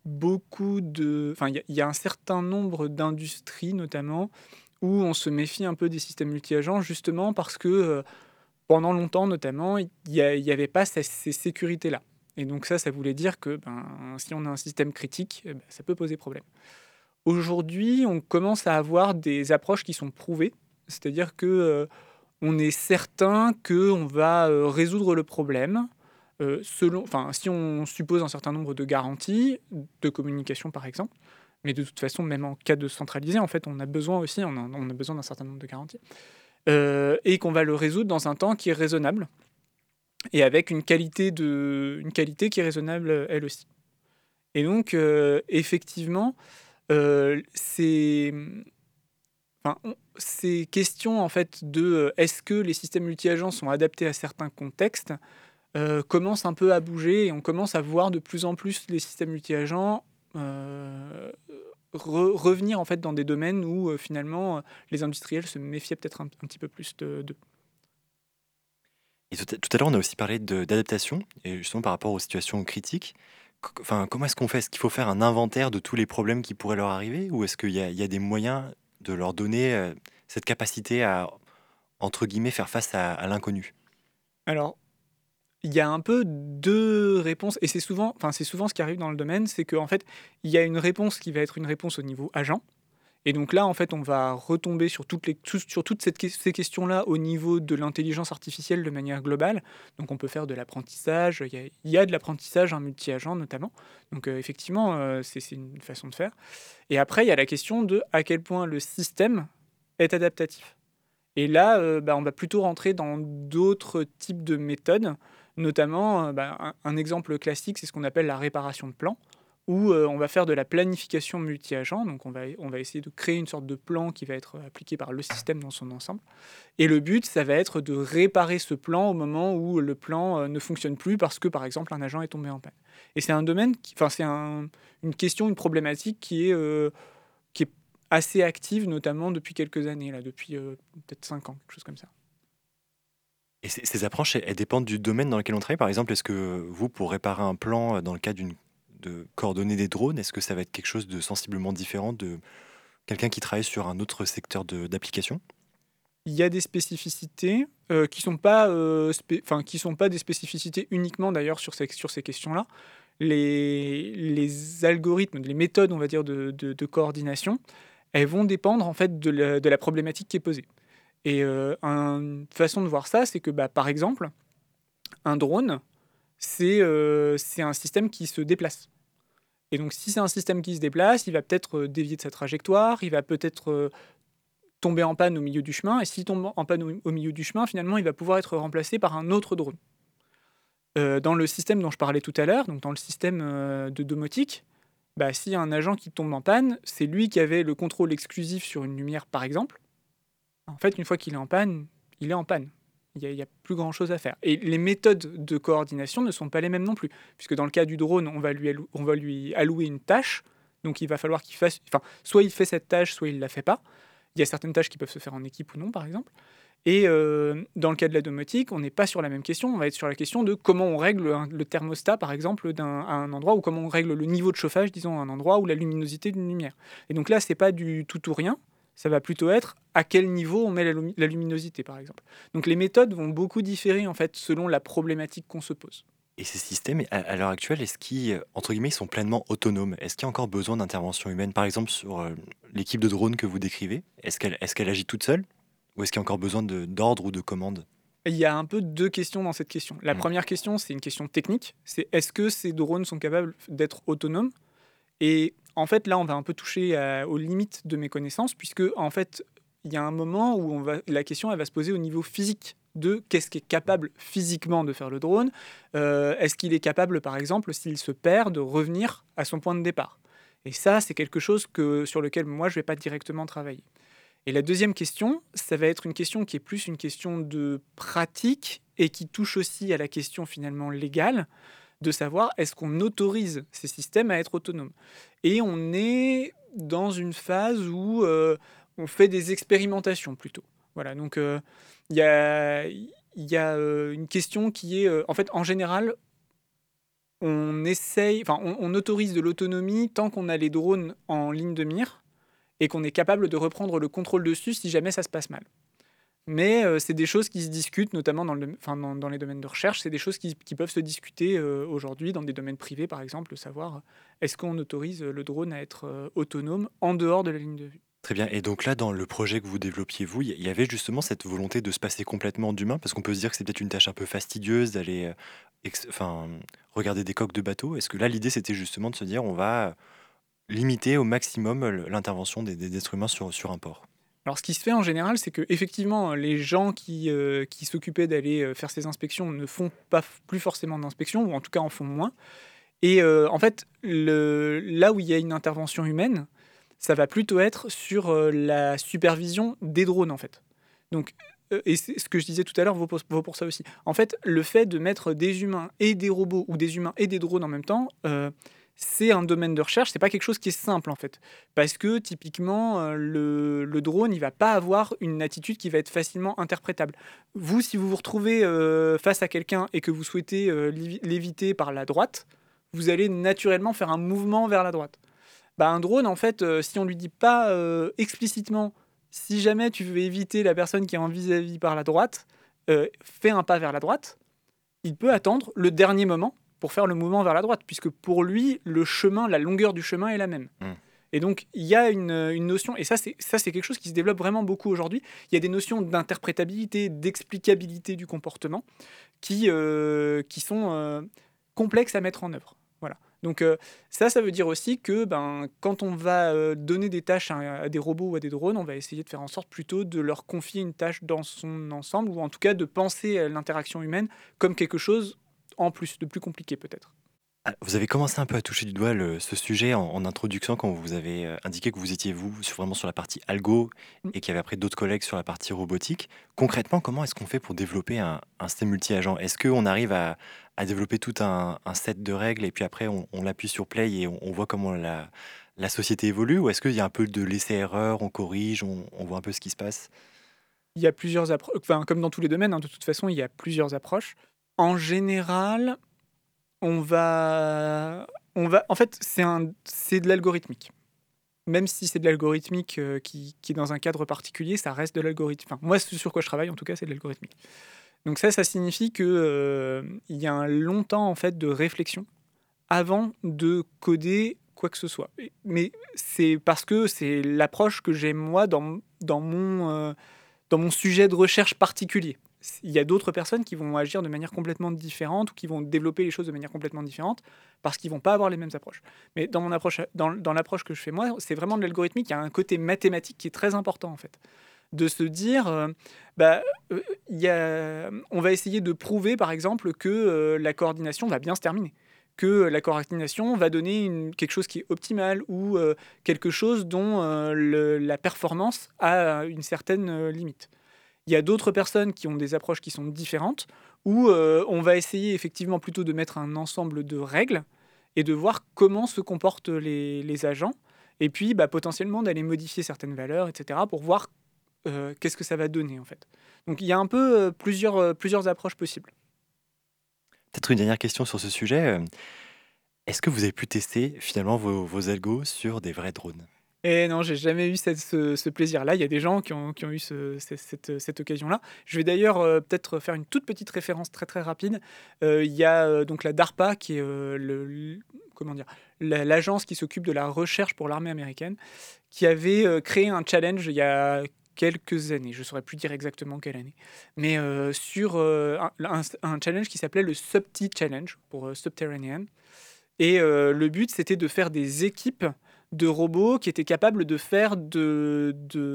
il y a un certain nombre d'industries notamment où on se méfie un peu des systèmes multi-agents justement parce que pendant longtemps notamment, il y avait pas ces sécurités-là. Et donc ça voulait dire que si on a un système critique, ça peut poser problème. Aujourd'hui, on commence à avoir des approches qui sont prouvées, c'est-à-dire que on est certain qu'on va résoudre le problème si on suppose un certain nombre de garanties de communication par exemple. Mais de toute façon, même en cas de centralisé, en fait, on a besoin d'un certain nombre de garanties et qu'on va le résoudre dans un temps qui est raisonnable et avec une qualité qui est raisonnable elle aussi. Et donc, effectivement. Ces questions en fait de est-ce que les systèmes multi-agents sont adaptés à certains contextes commencent un peu à bouger et on commence à voir de plus en plus les systèmes multi-agents revenir en fait dans des domaines où finalement les industriels se méfiaient peut-être un petit peu plus d'eux. Et tout à l'heure, on a aussi parlé d'adaptation, et justement par rapport aux situations critiques. Comment est-ce qu'on fait? Est-ce qu'il faut faire un inventaire de tous les problèmes qui pourraient leur arriver? Ou est-ce qu'il y a des moyens de leur donner cette capacité à, entre guillemets, faire face à l'inconnu? Alors, il y a un peu deux réponses, et c'est souvent ce qui arrive dans le domaine, c'est qu'en fait, il y a une réponse qui va être une réponse au niveau agent. Et donc là, en fait, on va retomber sur toutes ces questions-là au niveau de l'intelligence artificielle de manière globale. Donc on peut faire de l'apprentissage, il y a de l'apprentissage en multi-agent notamment. Donc effectivement, c'est une façon de faire. Et après, il y a la question de à quel point le système est adaptatif. Et là, on va plutôt rentrer dans d'autres types de méthodes, notamment un exemple classique, c'est ce qu'on appelle la réparation de plan, où on va faire de la planification multi-agent. Donc on va essayer de créer une sorte de plan qui va être appliqué par le système dans son ensemble. Et le but, ça va être de réparer ce plan au moment où le plan ne fonctionne plus parce que, par exemple, un agent est tombé en panne. Et c'est un domaine, une question, une problématique qui est assez active, notamment depuis quelques années, là, depuis peut-être 5 ans, quelque chose comme ça. Et ces approches, elles dépendent du domaine dans lequel on travaille. Par exemple, est-ce que vous, pour réparer un plan dans le cas de coordonner des drones, est-ce que ça va être quelque chose de sensiblement différent de quelqu'un qui travaille sur un autre secteur d'application? Il y a des spécificités qui sont pas des spécificités uniquement d'ailleurs sur ces questions-là. Les algorithmes, les méthodes, on va dire, de coordination, elles vont dépendre en fait de la problématique qui est posée. Et une façon de voir ça, c'est que par exemple, un drone, c'est un système qui se déplace. Et donc si c'est un système qui se déplace, il va peut-être dévier de sa trajectoire, il va peut-être tomber en panne au milieu du chemin, et s'il tombe en panne au milieu du chemin, finalement, il va pouvoir être remplacé par un autre drone. Dans le système dont je parlais tout à l'heure, donc dans le système de domotique, s'il y a un agent qui tombe en panne, c'est lui qui avait le contrôle exclusif sur une lumière, par exemple. En fait, une fois qu'il est en panne, il est en panne. Il n'y a plus grand-chose à faire. Et les méthodes de coordination ne sont pas les mêmes non plus, puisque dans le cas du drone, on va lui allouer une tâche, donc il va falloir qu'il fasse... soit il fait cette tâche, soit il ne la fait pas. Il y a certaines tâches qui peuvent se faire en équipe ou non, par exemple. Et dans le cas de la domotique, on n'est pas sur la même question. On va être sur la question de comment on règle le thermostat, par exemple, à un endroit, ou comment on règle le niveau de chauffage, disons, à un endroit, ou la luminosité d'une lumière. Et donc là, c'est pas du tout ou rien. Ça va plutôt être à quel niveau on met la luminosité, par exemple. Donc les méthodes vont beaucoup différer, en fait, selon la problématique qu'on se pose. Et ces systèmes, à l'heure actuelle, est-ce qu'ils, entre guillemets, sont pleinement autonomes? Est-ce qu'il y a encore besoin d'intervention humaine? Par exemple, sur l'équipe de drones que vous décrivez, est-ce qu'elle agit toute seule? Ou est-ce qu'il y a encore besoin d'ordre ou de commande? Il y a un peu deux questions dans cette question. La première question, c'est une question technique. C'est est-ce que ces drones sont capables d'être autonomes? Et en fait, là, on va un peu toucher aux limites de mes connaissances, puisque, en fait, il y a un moment où la question elle va se poser au niveau physique de qu'est-ce qui est capable physiquement de faire le drone. Est-ce qu'il est capable, par exemple, s'il se perd, de revenir à son point de départ? Et ça, c'est quelque chose sur lequel moi, je ne vais pas directement travailler. Et la deuxième question, ça va être une question qui est plus une question de pratique et qui touche aussi à la question finalement légale, de savoir est-ce qu'on autorise ces systèmes à être autonomes. Et on est dans une phase où on fait des expérimentations plutôt. Voilà, donc il y a une question qui est, en fait, en général, on autorise de l'autonomie tant qu'on a les drones en ligne de mire et qu'on est capable de reprendre le contrôle dessus si jamais ça se passe mal. Mais c'est des choses qui se discutent, notamment dans les domaines de recherche. C'est des choses qui peuvent se discuter aujourd'hui dans des domaines privés, par exemple, de savoir est-ce qu'on autorise le drone à être autonome en dehors de la ligne de vue. Très bien. Et donc là, dans le projet que vous développiez, vous, il y avait justement cette volonté de se passer complètement d'humain, parce qu'on peut se dire que c'est peut-être une tâche un peu fastidieuse d'aller regarder des coques de bateau. Est-ce que là, l'idée, c'était justement de se dire on va limiter au maximum l'intervention des êtres humains sur un port? Alors, ce qui se fait en général, c'est que effectivement, les gens qui s'occupaient d'aller faire ces inspections ne font pas plus forcément d'inspections, ou en tout cas en font moins. Et en fait, là où il y a une intervention humaine, ça va plutôt être sur la supervision des drones, en fait. Donc, et ce que je disais tout à l'heure vaut pour ça aussi. En fait, le fait de mettre des humains et des robots, ou des humains et des drones en même temps, c'est un domaine de recherche, c'est pas quelque chose qui est simple en fait. Parce que typiquement, le drone, il va pas avoir une attitude qui va être facilement interprétable. Vous, si vous vous retrouvez face à quelqu'un et que vous souhaitez l'éviter par la droite, vous allez naturellement faire un mouvement vers la droite. Un drone, en fait, si on lui dit pas explicitement, si jamais tu veux éviter la personne qui est en vis-à-vis par la droite, fais un pas vers la droite, il peut attendre le dernier moment pour faire le mouvement vers la droite, puisque pour lui, le chemin, la longueur du chemin est la même. Et donc, il y a une notion, et ça c'est quelque chose qui se développe vraiment beaucoup aujourd'hui, il y a des notions d'interprétabilité, d'explicabilité du comportement qui sont complexes à mettre en œuvre. Voilà. Donc ça veut dire aussi que quand on va donner des tâches à des robots ou à des drones, on va essayer de faire en sorte plutôt de leur confier une tâche dans son ensemble, ou en tout cas de penser à l'interaction humaine comme quelque chose en plus, de plus compliqué peut-être. Ah, vous avez commencé un peu à toucher du doigt ce sujet en introduction quand vous avez indiqué que vous étiez vraiment sur la partie algo Mm. et qu'il y avait après d'autres collègues sur la partie robotique. Concrètement, comment est-ce qu'on fait pour développer un système multi-agent? Est-ce qu'on arrive à développer tout un set de règles et puis après on appuie sur play et on voit comment la société évolue? Ou est-ce qu'il y a un peu de l'essai-erreur, on corrige, on voit un peu ce qui se passe? Il y a plusieurs approches, enfin, comme dans tous les domaines, hein, de toute façon, il y a plusieurs approches. En général, en fait, c'est de l'algorithmique. Même si c'est de l'algorithmique qui est dans un cadre particulier, ça reste de l'algorithme. Enfin, moi, ce sur quoi je travaille, en tout cas, c'est de l'algorithmique. Donc ça signifie que il y a un long temps en fait de réflexion avant de coder quoi que ce soit. Mais c'est parce que c'est l'approche que j'ai moi dans mon sujet de recherche particulier. Il y a d'autres personnes qui vont agir de manière complètement différente ou qui vont développer les choses de manière complètement différente parce qu'ils vont pas avoir les mêmes approches. Mais dans mon approche, dans l'approche que je fais moi, c'est vraiment de l'algorithmique. Il y a un côté mathématique qui est très important en fait. De se dire, on va essayer de prouver par exemple que la coordination va bien se terminer, que la coordination va donner quelque chose qui est optimal ou quelque chose dont la performance a une certaine limite. Il y a d'autres personnes qui ont des approches qui sont différentes, où on va essayer effectivement plutôt de mettre un ensemble de règles et de voir comment se comportent les agents, et puis potentiellement d'aller modifier certaines valeurs, etc., pour voir qu'est-ce que ça va donner en fait. Donc il y a un peu plusieurs approches possibles. Peut-être une dernière question sur ce sujet. Est-ce que vous avez pu tester finalement vos algos sur des vrais drones? Et non, j'ai jamais eu ce plaisir-là. Il y a des gens qui ont eu cette occasion-là. Je vais d'ailleurs peut-être faire une toute petite référence très très rapide. Il y a donc la DARPA qui est l'agence qui s'occupe de la recherche pour l'armée américaine, qui avait créé un challenge il y a quelques années, je ne saurais plus dire exactement quelle année, mais sur un challenge qui s'appelait le SubT Challenge, pour Subterranean. Et le but, c'était de faire des équipes de robots qui étaient capables de faire de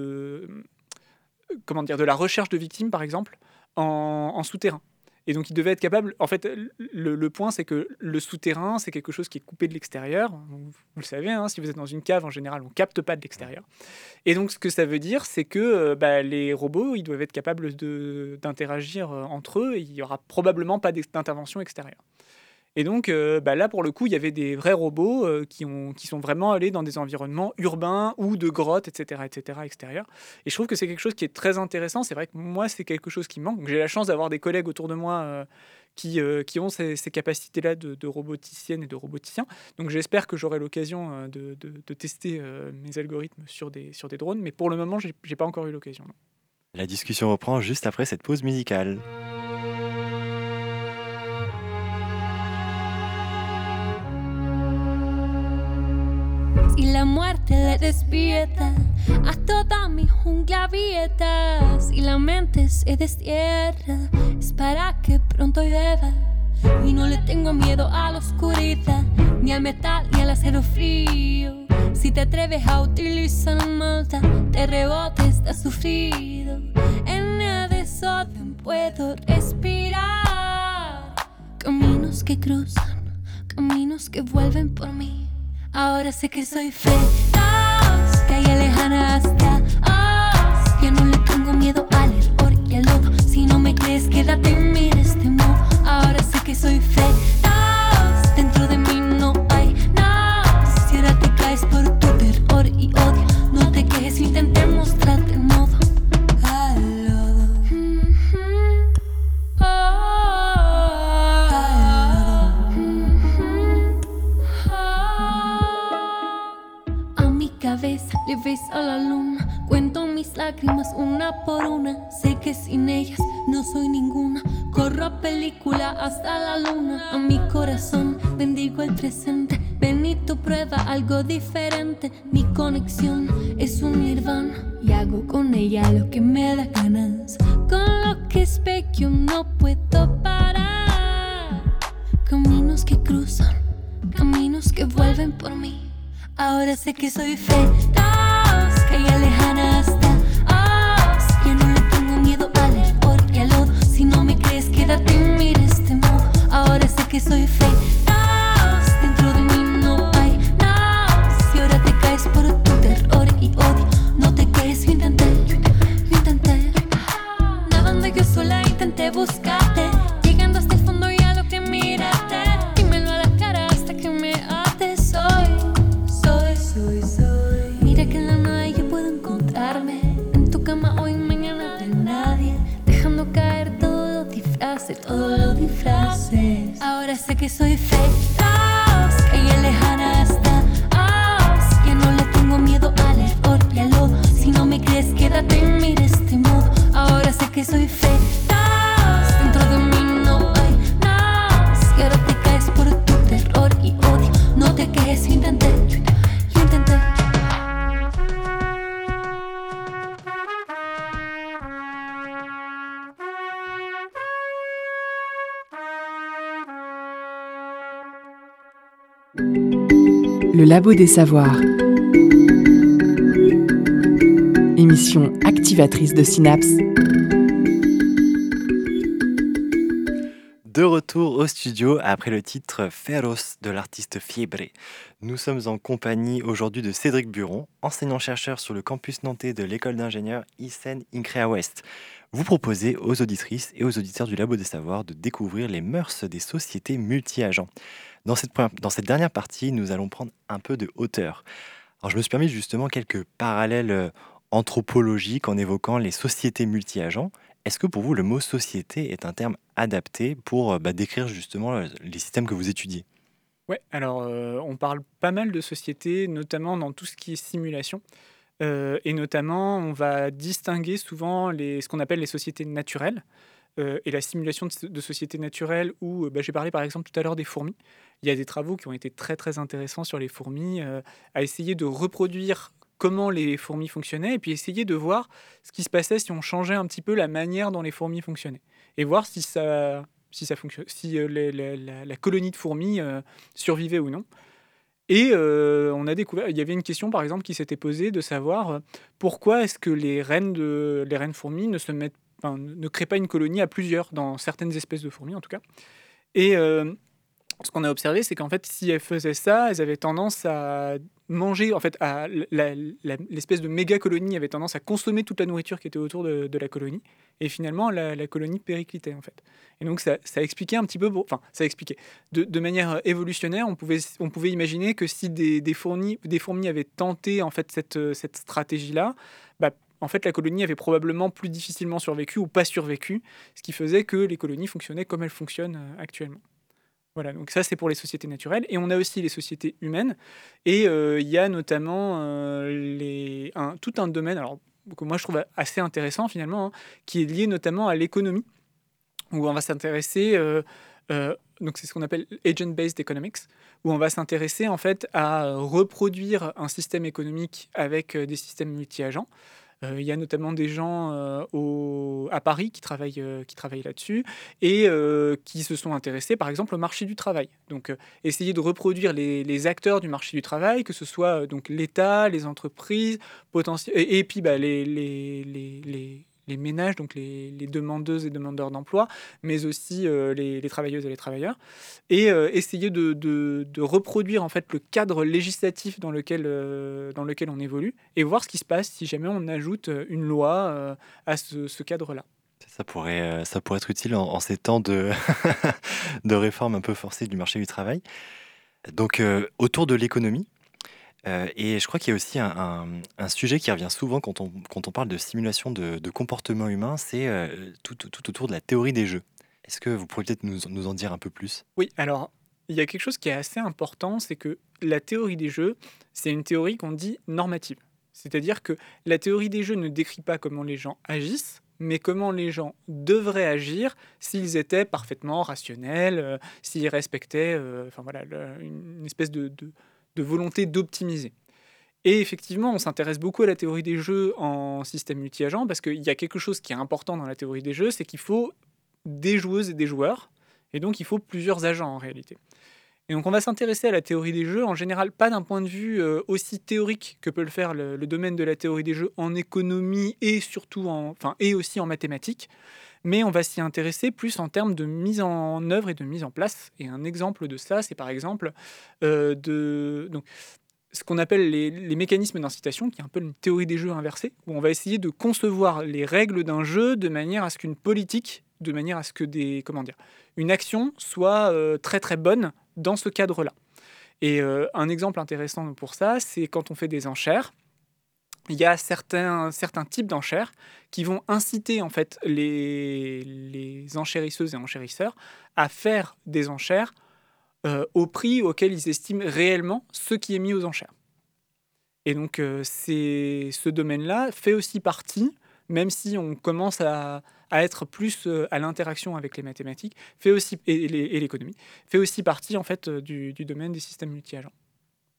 la recherche de victimes, par exemple, en souterrain. Et donc, ils devaient être capables... En fait, le point, c'est que le souterrain, c'est quelque chose qui est coupé de l'extérieur. Vous le savez, hein, si vous êtes dans une cave, en général, on ne capte pas de l'extérieur. Et donc, ce que ça veut dire, c'est que les robots, ils doivent être capables d'interagir entre eux et il n'y aura probablement pas d'intervention extérieure. Et donc, là, pour le coup, il y avait des vrais robots qui sont vraiment allés dans des environnements urbains ou de grottes, etc., extérieurs. Et je trouve que c'est quelque chose qui est très intéressant. C'est vrai que moi, c'est quelque chose qui me manque. Donc, j'ai la chance d'avoir des collègues autour de moi qui ont ces capacités-là de roboticiennes et de roboticiens. Donc, j'espère que j'aurai l'occasion de tester mes algorithmes sur des drones. Mais pour le moment, j'ai pas encore eu l'occasion. Non. La discussion reprend juste après cette pause musicale. Si la muerte le despierta a toda mi jungla abierta, si la mente se destierra, es para que pronto llueva. Y no le tengo miedo a la oscuridad, ni al metal ni al acero frío. Si te atreves a utilizar la maldad, te rebotes, has sufrido. En el desorden puedo respirar. Caminos que cruzan, caminos que vuelven por mí. Ahora sé que soy feroz, calle lejana hasta Oz. Ya no le tengo miedo al error y al lodo. Si no me crees, quédate y mira este modo. Ahora sé que soy feroz, dentro de mí no hay nada. Si ahora te caes por tu terror y odio, no te quejes, intenté mostrarte el modo al lodo. Le beso a la luna, cuento mis lágrimas una por una. Sé que sin ellas no soy ninguna. Corro a película hasta la luna. A mi corazón bendigo el presente. Ven y tú prueba algo diferente. Mi conexión es un nirvana y hago con ella lo que me da ganas. Con lo que es bello no puedo parar. Caminos que cruzan, caminos que vuelven por mí. Ahora sé que soy feroz, calle lejana hasta Oz. Ya no le tengo miedo al error y al lodo. Si no me crees, quédate y mira este modo. Ahora sé que soy feroz, que sí intenté, lo intenté. Le Labo des Savoirs. Émission activatrice de synapses. De retour au studio après le titre Féroce de l'artiste Fiebre. Nous sommes en compagnie aujourd'hui de Cédric Buron, enseignant-chercheur sur le campus nantais de l'école d'ingénieurs ICEN-INCREA Ouest. Vous proposez aux auditrices et aux auditeurs du Labo des Savoirs de découvrir les mœurs des sociétés multi-agents. Dans cette dernière partie, nous allons prendre un peu de hauteur. Alors, je me suis permis justement quelques parallèles anthropologiques en évoquant les sociétés multi-agents. Est-ce que pour vous, le mot société est un terme adapté pour décrire justement les systèmes que vous étudiez ? Ouais, alors on parle pas mal de sociétés, notamment dans tout ce qui est simulation. Et notamment, on va distinguer souvent ce qu'on appelle les sociétés naturelles. Et la simulation de sociétés naturelles où j'ai parlé par exemple tout à l'heure des fourmis. Il y a des travaux qui ont été très très intéressants sur les fourmis, à essayer de reproduire comment les fourmis fonctionnaient et puis essayer de voir ce qui se passait si on changeait un petit peu la manière dont les fourmis fonctionnaient et voir si ça fonctionne, si la colonie de fourmis survivait ou non. Et on a découvert, il y avait une question par exemple qui s'était posée de savoir pourquoi est-ce que les reines fourmis ne créent pas une colonie à plusieurs dans certaines espèces de fourmis en tout cas. Et ce qu'on a observé, c'est qu'en fait, si elles faisaient ça, elles avaient tendance à manger, en fait, l'espèce de méga colonie avait tendance à consommer toute la nourriture qui était autour de la colonie, et finalement, la colonie périclitait, en fait. Et donc, ça expliquait un petit peu, ça expliquait. De manière évolutionnaire, on pouvait imaginer que si des fourmis avaient tenté, en fait, cette stratégie-là, en fait, la colonie avait probablement plus difficilement survécu ou pas survécu, ce qui faisait que les colonies fonctionnaient comme elles fonctionnent actuellement. Voilà, donc ça c'est pour les sociétés naturelles. Et on a aussi les sociétés humaines. Et il y a notamment tout un domaine que moi je trouve assez intéressant finalement, hein, qui est lié notamment à l'économie, où on va s'intéresser, donc c'est ce qu'on appelle agent-based economics, où on va s'intéresser en fait à reproduire un système économique avec des systèmes multi-agents. Il y a notamment des gens à Paris qui travaillent là-dessus et qui se sont intéressés par exemple au marché du travail. Donc essayer de reproduire les acteurs du marché du travail, que ce soit donc l'État, les entreprises, et puis les ménages, donc les demandeuses et demandeurs d'emploi, mais aussi les travailleuses et les travailleurs, et essayer de reproduire en fait le cadre législatif dans lequel on évolue, et voir ce qui se passe si jamais on ajoute une loi à ce cadre-là. Ça pourrait être utile en ces temps de, de réforme un peu forcée du marché du travail. Donc, autour de l'économie, et je crois qu'il y a aussi un sujet qui revient souvent quand on parle de simulation de comportement humain, c'est tout autour de la théorie des jeux. Est-ce que vous pourriez peut-être nous en dire un peu plus ? Oui, alors il y a quelque chose qui est assez important, c'est que la théorie des jeux, c'est une théorie qu'on dit normative. C'est-à-dire que la théorie des jeux ne décrit pas comment les gens agissent, mais comment les gens devraient agir s'ils étaient parfaitement rationnels, s'ils respectaient une espèce de volonté d'optimiser. Et effectivement, on s'intéresse beaucoup à la théorie des jeux en système multi-agent parce qu'il y a quelque chose qui est important dans la théorie des jeux, c'est qu'il faut des joueuses et des joueurs, et donc il faut plusieurs agents en réalité. Et donc on va s'intéresser à la théorie des jeux, en général pas d'un point de vue aussi théorique que peut le faire le domaine de la théorie des jeux en économie et surtout et aussi en mathématiques, mais on va s'y intéresser plus en termes de mise en œuvre et de mise en place. Et un exemple de ça, c'est par exemple ce qu'on appelle les mécanismes d'incitation, qui est un peu une théorie des jeux inversée, où on va essayer de concevoir les règles d'un jeu de manière à ce qu'une politique, de manière à ce que une action soit très très bonne dans ce cadre-là. Et un exemple intéressant pour ça, c'est quand on fait des enchères. Il y a certains types d'enchères qui vont inciter en fait les enchérisseuses et enchérisseurs à faire des enchères au prix auquel ils estiment réellement ce qui est mis aux enchères. Et donc ce domaine-là fait aussi partie, même si on commence à être plus à l'interaction avec les mathématiques, et l'économie, fait aussi partie en fait du domaine des systèmes multi-agents.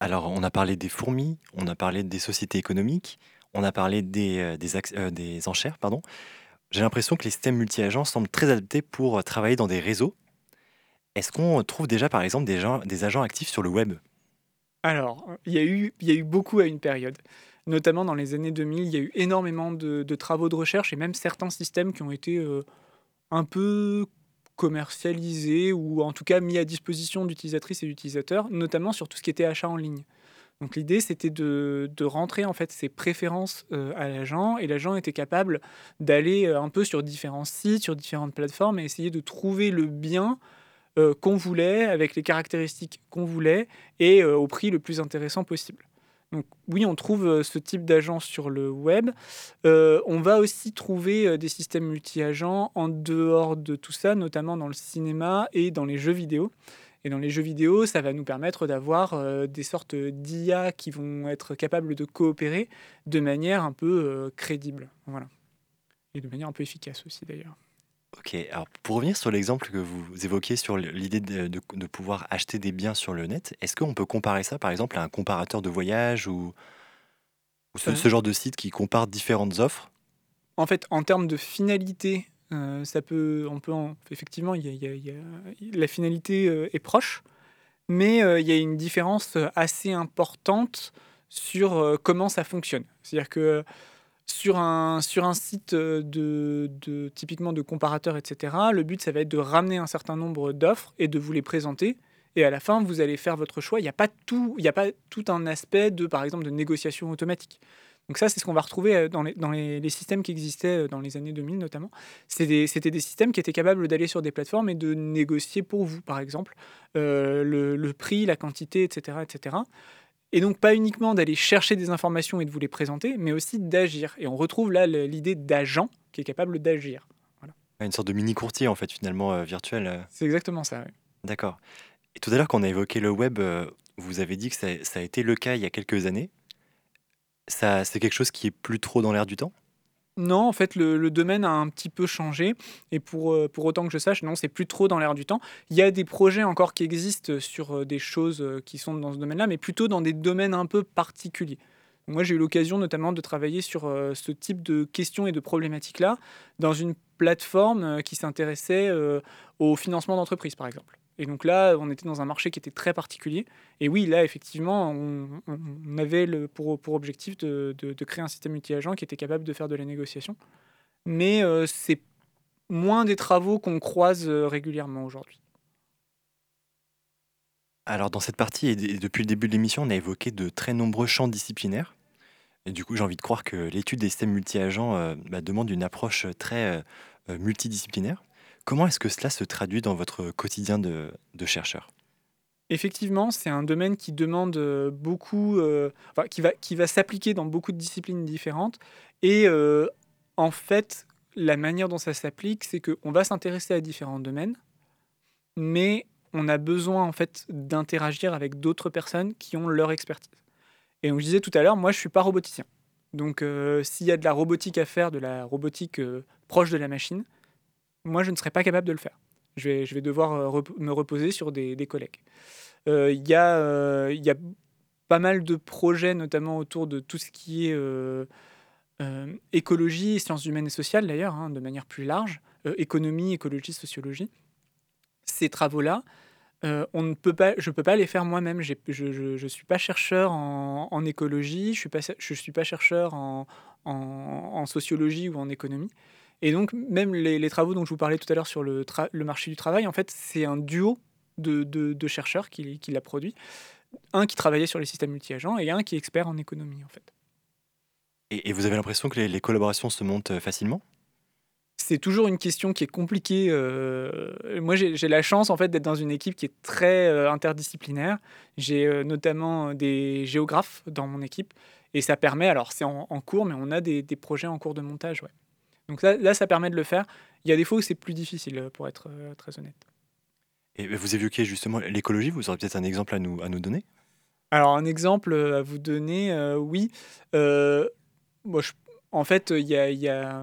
Alors, on a parlé des fourmis, on a parlé des sociétés économiques, on a parlé des enchères, pardon. J'ai l'impression que les systèmes multi-agents semblent très adaptés pour travailler dans des réseaux. Est-ce qu'on trouve déjà, par exemple, des agents actifs sur le web? Alors, il y a eu beaucoup à une période. Notamment dans les années 2000, il y a eu énormément de travaux de recherche et même certains systèmes qui ont été un peu commercialisés ou en tout cas mis à disposition d'utilisatrices et d'utilisateurs, notamment sur tout ce qui était achat en ligne. Donc l'idée, c'était de rentrer en fait ses préférences à l'agent et l'agent était capable d'aller un peu sur différents sites, sur différentes plateformes et essayer de trouver le bien qu'on voulait, avec les caractéristiques qu'on voulait et au prix le plus intéressant possible. Donc oui, on trouve ce type d'agent sur le web. On va aussi trouver des systèmes multi-agents en dehors de tout ça, notamment dans le cinéma et dans les jeux vidéo. Et dans les jeux vidéo, ça va nous permettre d'avoir des sortes d'IA qui vont être capables de coopérer de manière un peu crédible. Voilà. Et de manière un peu efficace aussi d'ailleurs. Ok, alors pour revenir sur l'exemple que vous évoquiez sur l'idée de pouvoir acheter des biens sur le net, est-ce qu'on peut comparer ça par exemple à un comparateur de voyage ou Euh, ce genre de site qui compare différentes offres? En fait, en termes de finalité, effectivement, la finalité est proche, mais il y a une différence assez importante sur comment ça fonctionne. C'est-à-dire que sur un site typiquement de comparateur, etc., le but, ça va être de ramener un certain nombre d'offres et de vous les présenter. Et à la fin, vous allez faire votre choix. Il n'y a pas tout un aspect par exemple, de négociation automatique. Donc ça, c'est ce qu'on va retrouver dans les systèmes qui existaient dans les années 2000 notamment. C'était des systèmes qui étaient capables d'aller sur des plateformes et de négocier pour vous, par exemple, le prix, la quantité, etc., etc. Et donc pas uniquement d'aller chercher des informations et de vous les présenter, mais aussi d'agir. Et on retrouve là l'idée d'agent qui est capable d'agir. Voilà. Une sorte de mini courtier en fait finalement virtuel. C'est exactement ça. Oui. D'accord. Et tout à l'heure quand on a évoqué le web, vous avez dit que ça a été le cas il y a quelques années. Ça, c'est quelque chose qui est plus trop dans l'air du temps? Non, en fait, le domaine a un petit peu changé. Et pour autant que je sache, non, c'est plus trop dans l'air du temps. Il y a des projets encore qui existent sur des choses qui sont dans ce domaine-là, mais plutôt dans des domaines un peu particuliers. Moi, j'ai eu l'occasion notamment de travailler sur ce type de questions et de problématiques-là dans une plateforme qui s'intéressait au financement d'entreprises, par exemple. Et donc là, on était dans un marché qui était très particulier. Et oui, là, effectivement, on avait pour objectif de créer un système multi-agent qui était capable de faire de la négociation. Mais c'est moins des travaux qu'on croise régulièrement aujourd'hui. Alors dans cette partie et depuis le début de l'émission, on a évoqué de très nombreux champs disciplinaires. Et du coup, j'ai envie de croire que l'étude des systèmes multi-agents demande une approche très multidisciplinaire. Comment est-ce que cela se traduit dans votre quotidien de chercheur? Effectivement, c'est un domaine qui demande beaucoup, qui va s'appliquer dans beaucoup de disciplines différentes. Et en fait, la manière dont ça s'applique, c'est qu'on va s'intéresser à différents domaines, mais on a besoin en fait d'interagir avec d'autres personnes qui ont leur expertise. Et donc, je disais tout à l'heure, moi, je suis pas roboticien. Donc, s'il y a de la robotique à faire, de la robotique proche de la machine, moi, je ne serais pas capable de le faire. Je vais devoir me reposer sur des collègues. Il y a pas mal de projets, notamment autour de tout ce qui est écologie, sciences humaines et sociales, d'ailleurs, de manière plus large, économie, écologie, sociologie. Ces travaux-là, je ne peux pas les faire moi-même. Je suis pas chercheur en écologie, je suis pas chercheur en sociologie ou en économie. Et donc, même les travaux dont je vous parlais tout à l'heure sur le marché du travail, en fait, c'est un duo de chercheurs qui l'a produit. Un qui travaillait sur les systèmes multi-agents et un qui est expert en économie, en fait. Et vous avez l'impression que les collaborations se montent facilement? C'est toujours une question qui est compliquée. Moi, j'ai la chance en fait d'être dans une équipe qui est très interdisciplinaire. J'ai notamment des géographes dans mon équipe et ça permet, alors c'est en cours, mais on a des projets en cours de montage. Ouais. Donc là, ça permet de le faire. Il y a des fois où c'est plus difficile, pour être très honnête. Et vous évoquiez justement l'écologie, vous aurez peut-être un exemple à nous donner? Alors, un exemple à vous donner, oui. Moi, en fait, il y a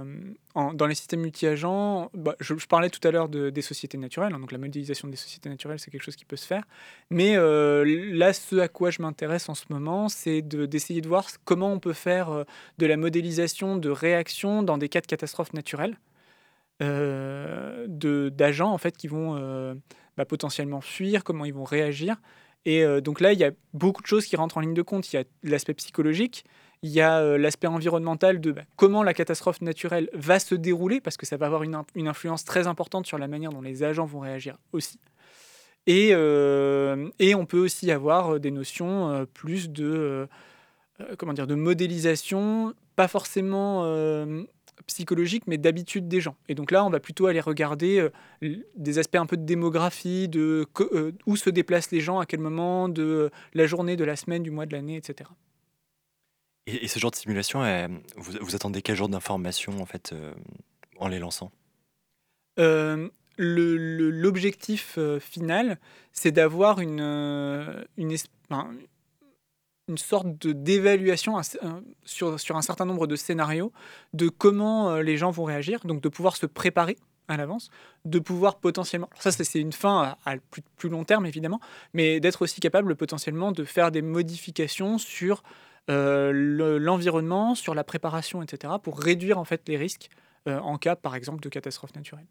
dans les systèmes multi-agents, je parlais tout à l'heure des sociétés naturelles, hein, donc la modélisation des sociétés naturelles, c'est quelque chose qui peut se faire. Mais là, ce à quoi je m'intéresse en ce moment, c'est d'essayer de voir comment on peut faire de la modélisation de réactions dans des cas de catastrophes naturelles, d'agents en fait qui vont potentiellement fuir, comment ils vont réagir. Et donc là, il y a beaucoup de choses qui rentrent en ligne de compte. Il y a l'aspect psychologique, il y a l'aspect environnemental de comment la catastrophe naturelle va se dérouler, parce que ça va avoir une influence très importante sur la manière dont les agents vont réagir aussi. Et on peut aussi avoir des notions plus de modélisation, pas forcément psychologique, mais d'habitude des gens. Et donc là, on va plutôt aller regarder des aspects un peu de démographie, où se déplacent les gens, à quel moment de la journée, de la semaine, du mois, de l'année, etc. Et ce genre de simulation, vous attendez quel genre d'informations en fait en les lançant? L'objectif final, c'est d'avoir une sorte d'évaluation sur un certain nombre de scénarios de comment les gens vont réagir, donc de pouvoir se préparer à l'avance, de pouvoir potentiellement... Alors ça, c'est une fin à plus long terme, évidemment, mais d'être aussi capable potentiellement de faire des modifications sur l'environnement, sur la préparation, etc., pour réduire en fait les risques en cas, par exemple, de catastrophe naturelle.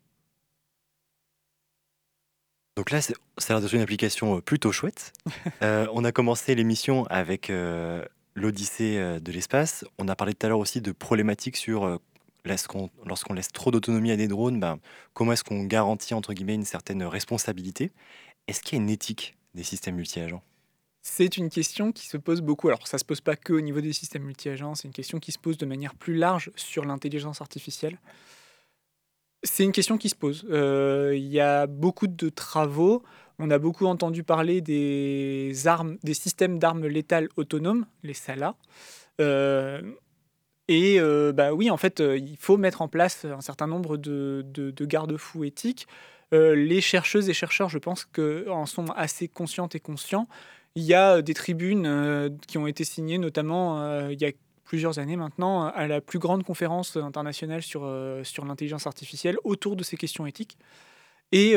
Donc là, ça a l'air d'être une application plutôt chouette. On a commencé l'émission avec l'Odyssée de l'espace. On a parlé tout à l'heure aussi de problématiques sur lorsqu'on laisse trop d'autonomie à des drones, comment est-ce qu'on garantit, entre guillemets, une certaine responsabilité? Est-ce qu'il y a une éthique des systèmes multi-agents? C'est une question qui se pose beaucoup. Alors, ça ne se pose pas que au niveau des systèmes multi-agents, c'est une question qui se pose de manière plus large sur l'intelligence artificielle. C'est une question qui se pose. Il y a beaucoup de travaux. On a beaucoup entendu parler des systèmes d'armes létales autonomes, les SALA. Oui, en fait, il faut mettre en place un certain nombre de garde-fous éthiques. Les chercheuses et chercheurs, je pense, en sont assez conscientes et conscients. Il y a des tribunes qui ont été signées, notamment il y a plusieurs années maintenant, à la plus grande conférence internationale sur l'intelligence artificielle autour de ces questions éthiques. Et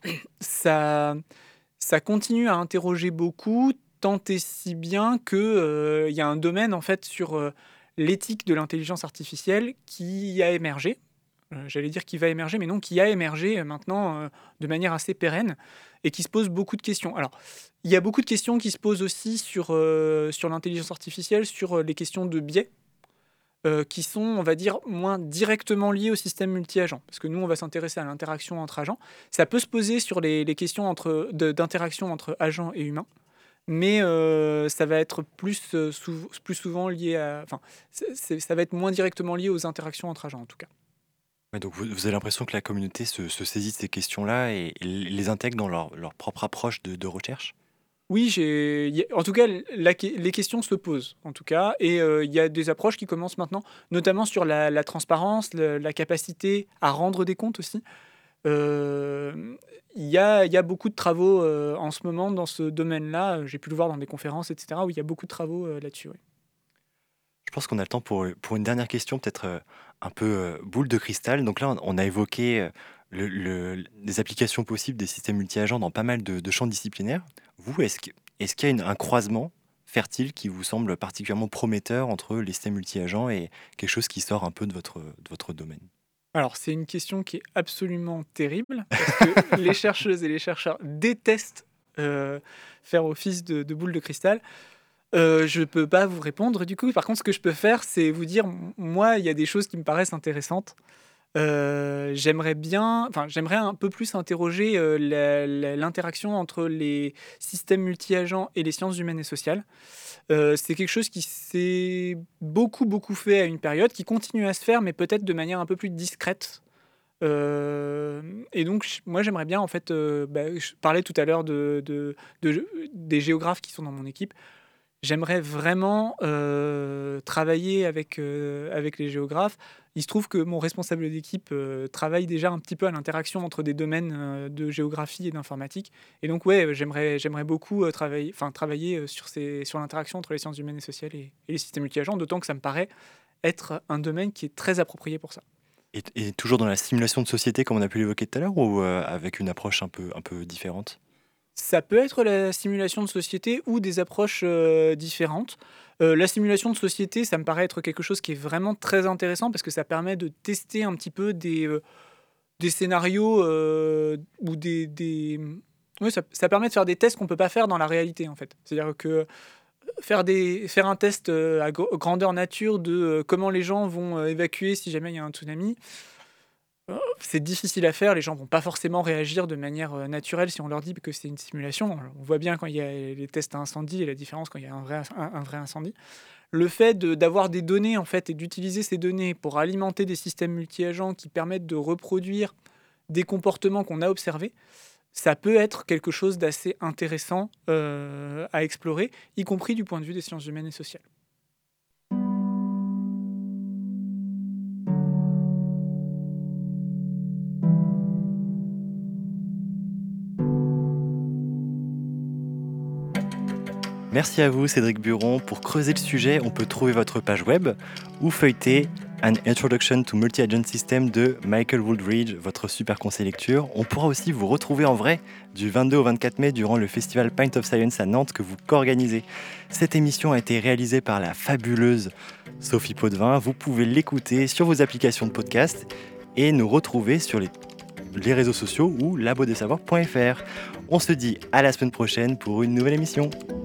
ça continue à interroger beaucoup, tant et si bien qu'il y a un domaine en fait sur l'éthique de l'intelligence artificielle qui a émergé. J'allais dire qui va émerger, mais non, qui a émergé maintenant de manière assez pérenne et qui se pose beaucoup de questions. Alors, il y a beaucoup de questions qui se posent aussi sur l'intelligence artificielle, sur les questions de biais, qui sont, on va dire, moins directement liées au système multi-agent. Parce que nous, on va s'intéresser à l'interaction entre agents. Ça peut se poser sur les questions d'interaction entre agents et humains, mais ça va être plus souvent lié à... Enfin, ça va être moins directement lié aux interactions entre agents, en tout cas. Ouais, donc vous avez l'impression que la communauté se saisit de ces questions-là et les intègre dans leur propre approche de recherche? Oui, en tout cas, les questions se posent, en tout cas, et il y a des approches qui commencent maintenant, notamment sur la transparence, la capacité à rendre des comptes aussi. Il y a beaucoup de travaux en ce moment dans ce domaine-là. J'ai pu le voir dans des conférences, etc., où il y a beaucoup de travaux là-dessus. Oui. Je pense qu'on a le temps pour une dernière question, peut-être un peu boule de cristal. Donc là, on a évoqué les applications possibles des systèmes multi-agents dans pas mal de champs disciplinaires. Vous, est-ce qu'il y a un croisement fertile qui vous semble particulièrement prometteur entre les systèmes multi-agents et quelque chose qui sort un peu de votre domaine? Alors, c'est une question qui est absolument terrible, parce que les chercheuses et les chercheurs détestent faire office de boule de cristal. Je peux pas vous répondre du coup. Par contre, ce que je peux faire, c'est vous dire, moi, il y a des choses qui me paraissent intéressantes. J'aimerais un peu plus interroger l'interaction entre les systèmes multi-agents et les sciences humaines et sociales. C'est quelque chose qui s'est beaucoup fait à une période, qui continue à se faire, mais peut-être de manière un peu plus discrète. Et donc, moi, j'aimerais bien, en fait, je parlais tout à l'heure des géographes qui sont dans mon équipe. J'aimerais vraiment travailler avec les géographes. Il se trouve que mon responsable d'équipe travaille déjà un petit peu à l'interaction entre des domaines de géographie et d'informatique. Et donc, ouais, j'aimerais beaucoup travailler sur l'interaction entre les sciences humaines et sociales et les systèmes multi-agents, d'autant que ça me paraît être un domaine qui est très approprié pour ça. Et toujours dans la simulation de société, comme on a pu l'évoquer tout à l'heure, ou avec une approche un peu différente? Ça peut être la simulation de société ou des approches différentes. La simulation de société, ça me paraît être quelque chose qui est vraiment très intéressant parce que ça permet de tester un petit peu des scénarios ou Oui, ça permet de faire des tests qu'on ne peut pas faire dans la réalité, en fait. C'est-à-dire que faire un test à grandeur nature de comment les gens vont évacuer si jamais il y a un tsunami, c'est difficile à faire. Les gens vont pas forcément réagir de manière naturelle si on leur dit que c'est une simulation. On voit bien quand il y a les tests à incendie et la différence quand il y a un vrai incendie. Le fait d'avoir des données en fait et d'utiliser ces données pour alimenter des systèmes multi-agents qui permettent de reproduire des comportements qu'on a observés, ça peut être quelque chose d'assez intéressant à explorer, y compris du point de vue des sciences humaines et sociales. Merci à vous, Cédric Buron. Pour creuser le sujet, on peut trouver votre page web ou feuilleter An Introduction to Multi-Agent System de Michael Wooldridge, votre super conseil lecture. On pourra aussi vous retrouver en vrai du 22 au 24 mai durant le festival Pint of Science à Nantes que vous co-organisez. Cette émission a été réalisée par la fabuleuse Sophie Potvin. Vous pouvez l'écouter sur vos applications de podcast et nous retrouver sur les réseaux sociaux ou labodessavoir.fr. On se dit à la semaine prochaine pour une nouvelle émission.